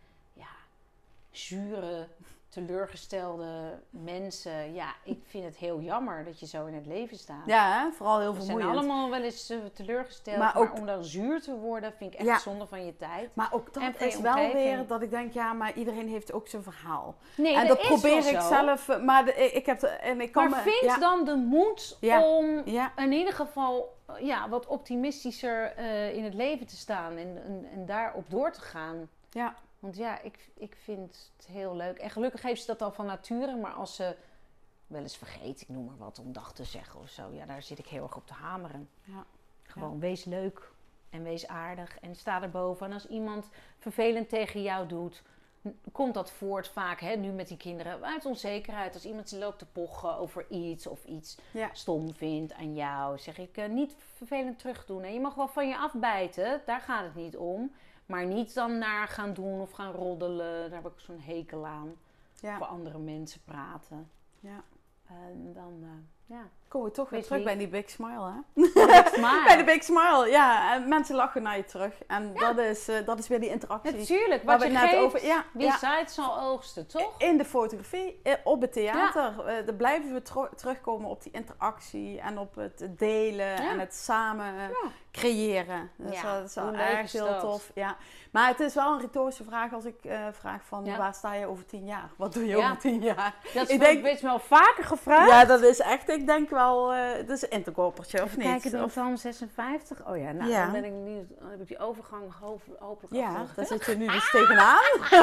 zure, teleurgestelde mensen. Ja, ik vind het heel jammer dat je zo in het leven staat. Ja, hè? Vooral heel We vermoeiend. zijn allemaal wel eens teleurgesteld. Maar Maar ook- om dan zuur te worden, vind ik echt zonde van je tijd. Maar ook En dat van je is wel omgeving. weer dat ik denk, maar iedereen heeft ook zijn verhaal. Nee, En dat dat is probeer wel ik zo. zelf. Maar ik kan Maar vind dan de moed om in ieder geval wat optimistischer in het leven te staan. En daarop door te gaan. Ja. Want ik vind het heel leuk. En gelukkig heeft ze dat al van nature. Maar als ze wel eens vergeet, ik noem maar wat, om dag te zeggen of zo. Ja, daar zit ik heel erg op te hameren. Ja. Gewoon wees leuk en wees aardig en sta erboven. En als iemand vervelend tegen jou doet, komt dat voort vaak, nu met die kinderen, uit onzekerheid. Als iemand loopt te pochen over iets of iets stom vindt aan jou, zeg ik niet vervelend terugdoen. En je mag wel van je afbijten, daar gaat het niet om. Maar niet dan naar gaan doen of gaan roddelen. Daar heb ik zo'n hekel aan. Voor andere mensen praten. Ja. En dan, komen we toch weer terug bij die big smile, hè? Big smile. Bij de big smile, ja. En mensen lachen naar je terug. En dat is weer die interactie. Natuurlijk, wat je net geeft, over... wie zaait zal oogsten, toch? In de fotografie, op het theater. Daar blijven we terugkomen op die interactie. En op het delen en het samen creëren. Dus dat is wel erg heel tof. Ja. Maar het is wel een retorische vraag als ik vraag van... Waar sta je over 10 jaar? Wat doe je over 10 jaar? Dat is wel vaker gevraagd. Ja, dat is echt, ik denk wel... dat is een interkoppertje, of niet? Kijken dan van 56? Oh ja, nou dan ben ik nu... Dan heb ik die overgang hopelijk daar zit je nu dus tegenaan.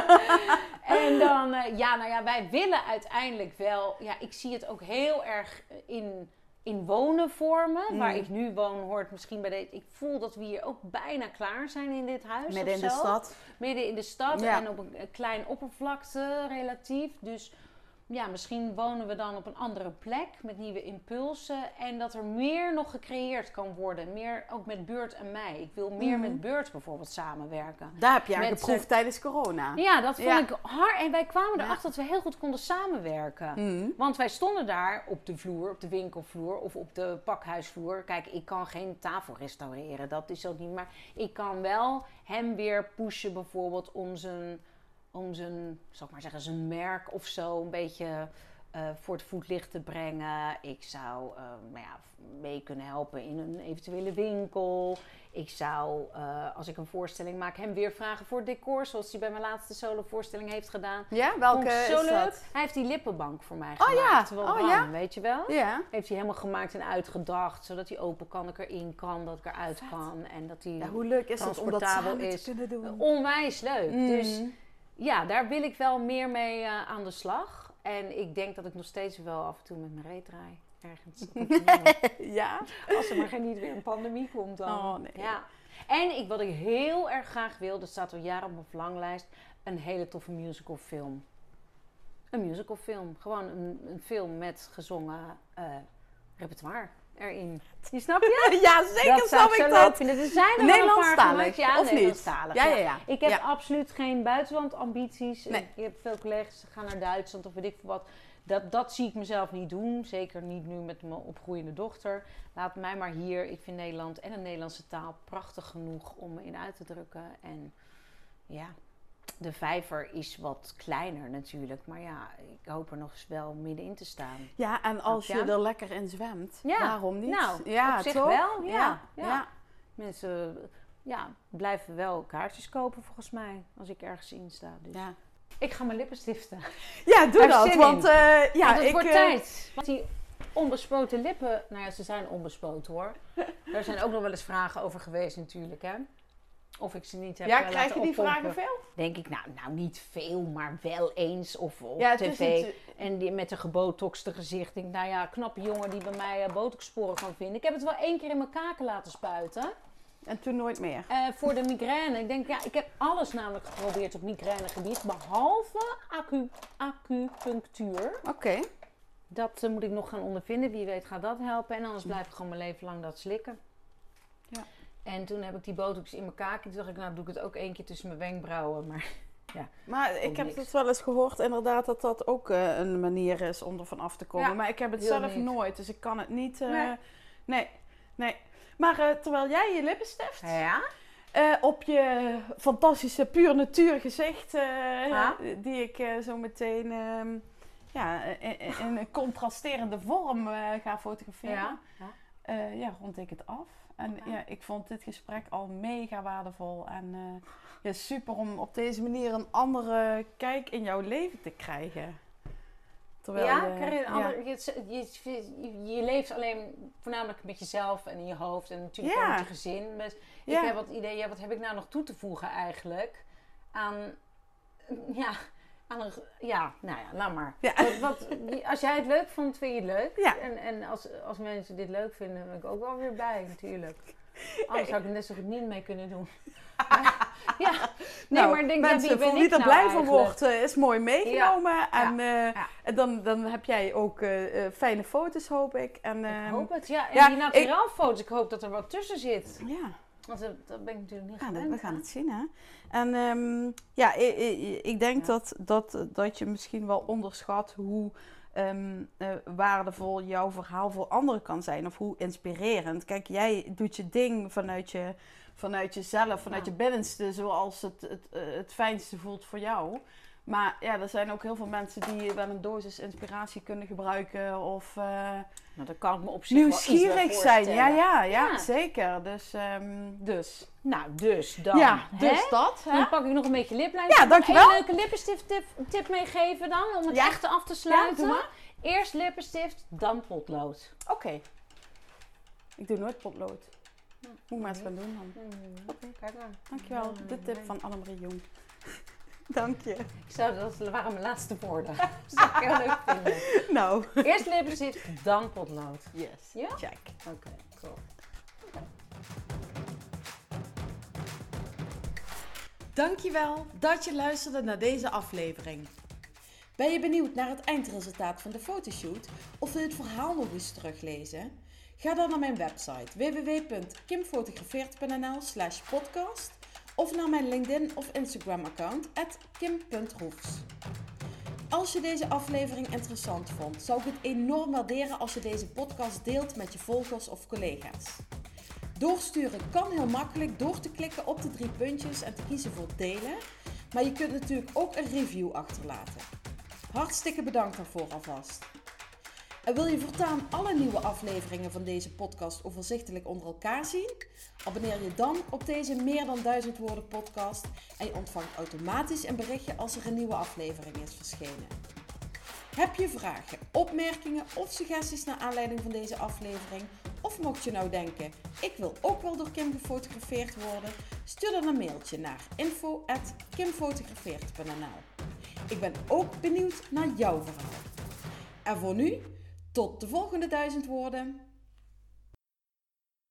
En dan... wij willen uiteindelijk wel... Ja, ik zie het ook heel erg in wonen vormen. Waar ik nu woon hoort misschien bij deze... Ik voel dat we hier ook bijna klaar zijn in dit huis. Midden in de stad. Midden in de stad en op een klein oppervlakte relatief. Dus ja, misschien wonen we dan op een andere plek met nieuwe impulsen. En dat er meer nog gecreëerd kan worden. Meer ook met Beurt en mij. Ik wil meer met Beurt bijvoorbeeld samenwerken. Daar heb je geproefd tijdens corona. Ja, dat vond ik hard. En wij kwamen erachter dat we heel goed konden samenwerken. Want wij stonden daar op de vloer, op de winkelvloer of op de pakhuisvloer. Kijk, ik kan geen tafel restaureren. Dat is ook niet. Maar ik kan wel hem weer pushen bijvoorbeeld om zijn, zal ik maar zeggen, zijn merk of zo een beetje voor het voetlicht te brengen. Ik zou mee kunnen helpen in een eventuele winkel. Ik zou, als ik een voorstelling maak, hem weer vragen voor decor, zoals hij bij mijn laatste solo-voorstelling heeft gedaan. Ja, welke is dat? Hij heeft die lippenbank voor mij gemaakt. Weet je wel? Ja. Heeft hij helemaal gemaakt en uitgedacht, zodat hij open kan, dat ik erin kan, dat ik eruit kan. En dat hij hoe leuk is het om dat samen te kunnen doen? Onwijs leuk. Dus ja, daar wil ik wel meer mee aan de slag. En ik denk dat ik nog steeds wel af en toe met mijn reet draai. Ergens. Ja? Als er maar niet weer een pandemie komt dan. Oh, nee. Ja. En wat ik heel erg graag wil, dat staat al jaren op mijn verlanglijst, een hele toffe musicalfilm. Een musicalfilm. Gewoon een film met gezongen repertoire erin. Die snap je? Ja, zeker snap ik dat. Er zijn er Nederlandstalig, ja, of Nederlandstalig. Niet? Ja. Ik heb absoluut geen buitenlandambities. Nee. Ik heb veel collega's die gaan naar Duitsland of weet ik veel wat. Dat zie ik mezelf niet doen. Zeker niet nu met mijn opgroeiende dochter. Laat mij maar hier. Ik vind Nederland en de Nederlandse taal prachtig genoeg om me in uit te drukken. En ja, de vijver is wat kleiner natuurlijk. Maar ja, ik hoop er nog eens wel middenin te staan. Ja, en als je er lekker in zwemt, waarom niet? Nou, ja, op zich toch? wel. Ja. Mensen blijven wel kaartjes kopen volgens mij. Als ik ergens in sta. Dus. Ja. Ik ga mijn lippen stiften. Ja, doe dat. Want het wordt tijd. Want die onbespoten lippen... Nou ja, ze zijn onbespoten hoor. Daar zijn ook nog wel eens vragen over geweest natuurlijk, hè. Of ik ze niet heb laten krijg je die oppompen. vragen veel? Denk ik, nou niet veel, maar wel eens. Of op tv. En die met een gebotoxte gezicht. Denk nou ja, knappe jongen die bij mij botoxsporen kan vinden. Ik heb het wel 1 keer in mijn kaken laten spuiten. En toen nooit meer? Voor de migraine. Ik denk, ik heb alles namelijk geprobeerd op migrainegebied. Behalve acupunctuur. Oké. Dat moet ik nog gaan ondervinden. Wie weet gaat dat helpen. En anders blijf ik gewoon mijn leven lang dat slikken. Ja. En toen heb ik die botox in mijn kaak. Toen dacht ik, nou doe ik het ook 1 keer tussen mijn wenkbrauwen. Maar ja. Maar ik heb het wel eens gehoord inderdaad dat dat ook een manier is om er van af te komen. Ja, maar ik heb het zelf nooit. Dus ik kan het niet... Nee. Maar terwijl jij je lippen stift... Ja? Op je fantastische puur natuur gezicht... die ik zo meteen... in een contrasterende vorm ga fotograferen. Rond ik het af. En ik vond dit gesprek al mega waardevol. En super om op deze manier een andere kijk in jouw leven te krijgen. Terwijl je leeft alleen voornamelijk met jezelf en in je hoofd en natuurlijk ook met je gezin. Dus ik heb wat idee, wat heb ik nou nog toe te voegen eigenlijk aan... laat maar. Ja. Als jij het leuk vond, vind je het leuk. Ja. En als mensen dit leuk vinden, ben ik ook wel weer bij natuurlijk. Anders zou ik er net zo goed niet mee kunnen doen. Nee, maar ik denk, mensen, voor wie er blij van wordt, is mooi meegenomen. Ja. En dan heb jij ook fijne foto's, hoop ik. En, ik hoop het, ja. En die naturaal foto's, ik hoop dat er wat tussen zit. Ja. Want dat ben ik natuurlijk niet gewend. We gaan het zien, hè. En ik denk dat je misschien wel onderschat hoe waardevol jouw verhaal voor anderen kan zijn. Of hoe inspirerend. Kijk, jij doet je ding vanuit jezelf, vanuit je binnenste, zoals het fijnste voelt voor jou. Maar ja, er zijn ook heel veel mensen die wel een dosis inspiratie kunnen gebruiken of dat kan ik me op zich nieuwsgierig zijn. Ja, zeker. Dus. Nou, dus dan. Ja, dus dat. Hè? Dan pak ik nog een beetje liplijn. Ja, dankjewel. Een leuke lippenstift tip meegeven dan, om het echte af te sluiten. Ja, doe maar. Eerst lippenstift, dan potlood. Oké. Ik doe nooit potlood. Moet maar eens gaan doen dan. Oké, kijk maar. Dankjewel. De tip van Annemarie Jong. Dank je. Dat waren mijn laatste woorden. Dat zou ik heel leuk vinden. Nou. Eerst lippenstift, dan potlood. Yes. Ja? Check. Oké, cool. Dankjewel dat je luisterde naar deze aflevering. Ben je benieuwd naar het eindresultaat van de fotoshoot of wil je het verhaal nog eens teruglezen? Ga dan naar mijn website www.kimfotografeert.nl/podcast of naar mijn LinkedIn of Instagram account @kim.roefs. Als je deze aflevering interessant vond, zou ik het enorm waarderen als je deze podcast deelt met je volgers of collega's. Doorsturen kan heel makkelijk door te klikken op de 3 puntjes en te kiezen voor delen, maar je kunt natuurlijk ook een review achterlaten. Hartstikke bedankt daarvoor alvast. En wil je voortaan alle nieuwe afleveringen van deze podcast overzichtelijk onder elkaar zien? Abonneer je dan op deze meer dan 1000 woorden podcast en je ontvangt automatisch een berichtje als er een nieuwe aflevering is verschenen. Heb je vragen, opmerkingen of suggesties naar aanleiding van deze aflevering? Of mocht je nou denken, ik wil ook wel door Kim gefotografeerd worden? Stuur dan een mailtje naar info@kimfotografeert.nl. Ik ben ook benieuwd naar jouw verhaal. En voor nu, tot de volgende 1000 woorden.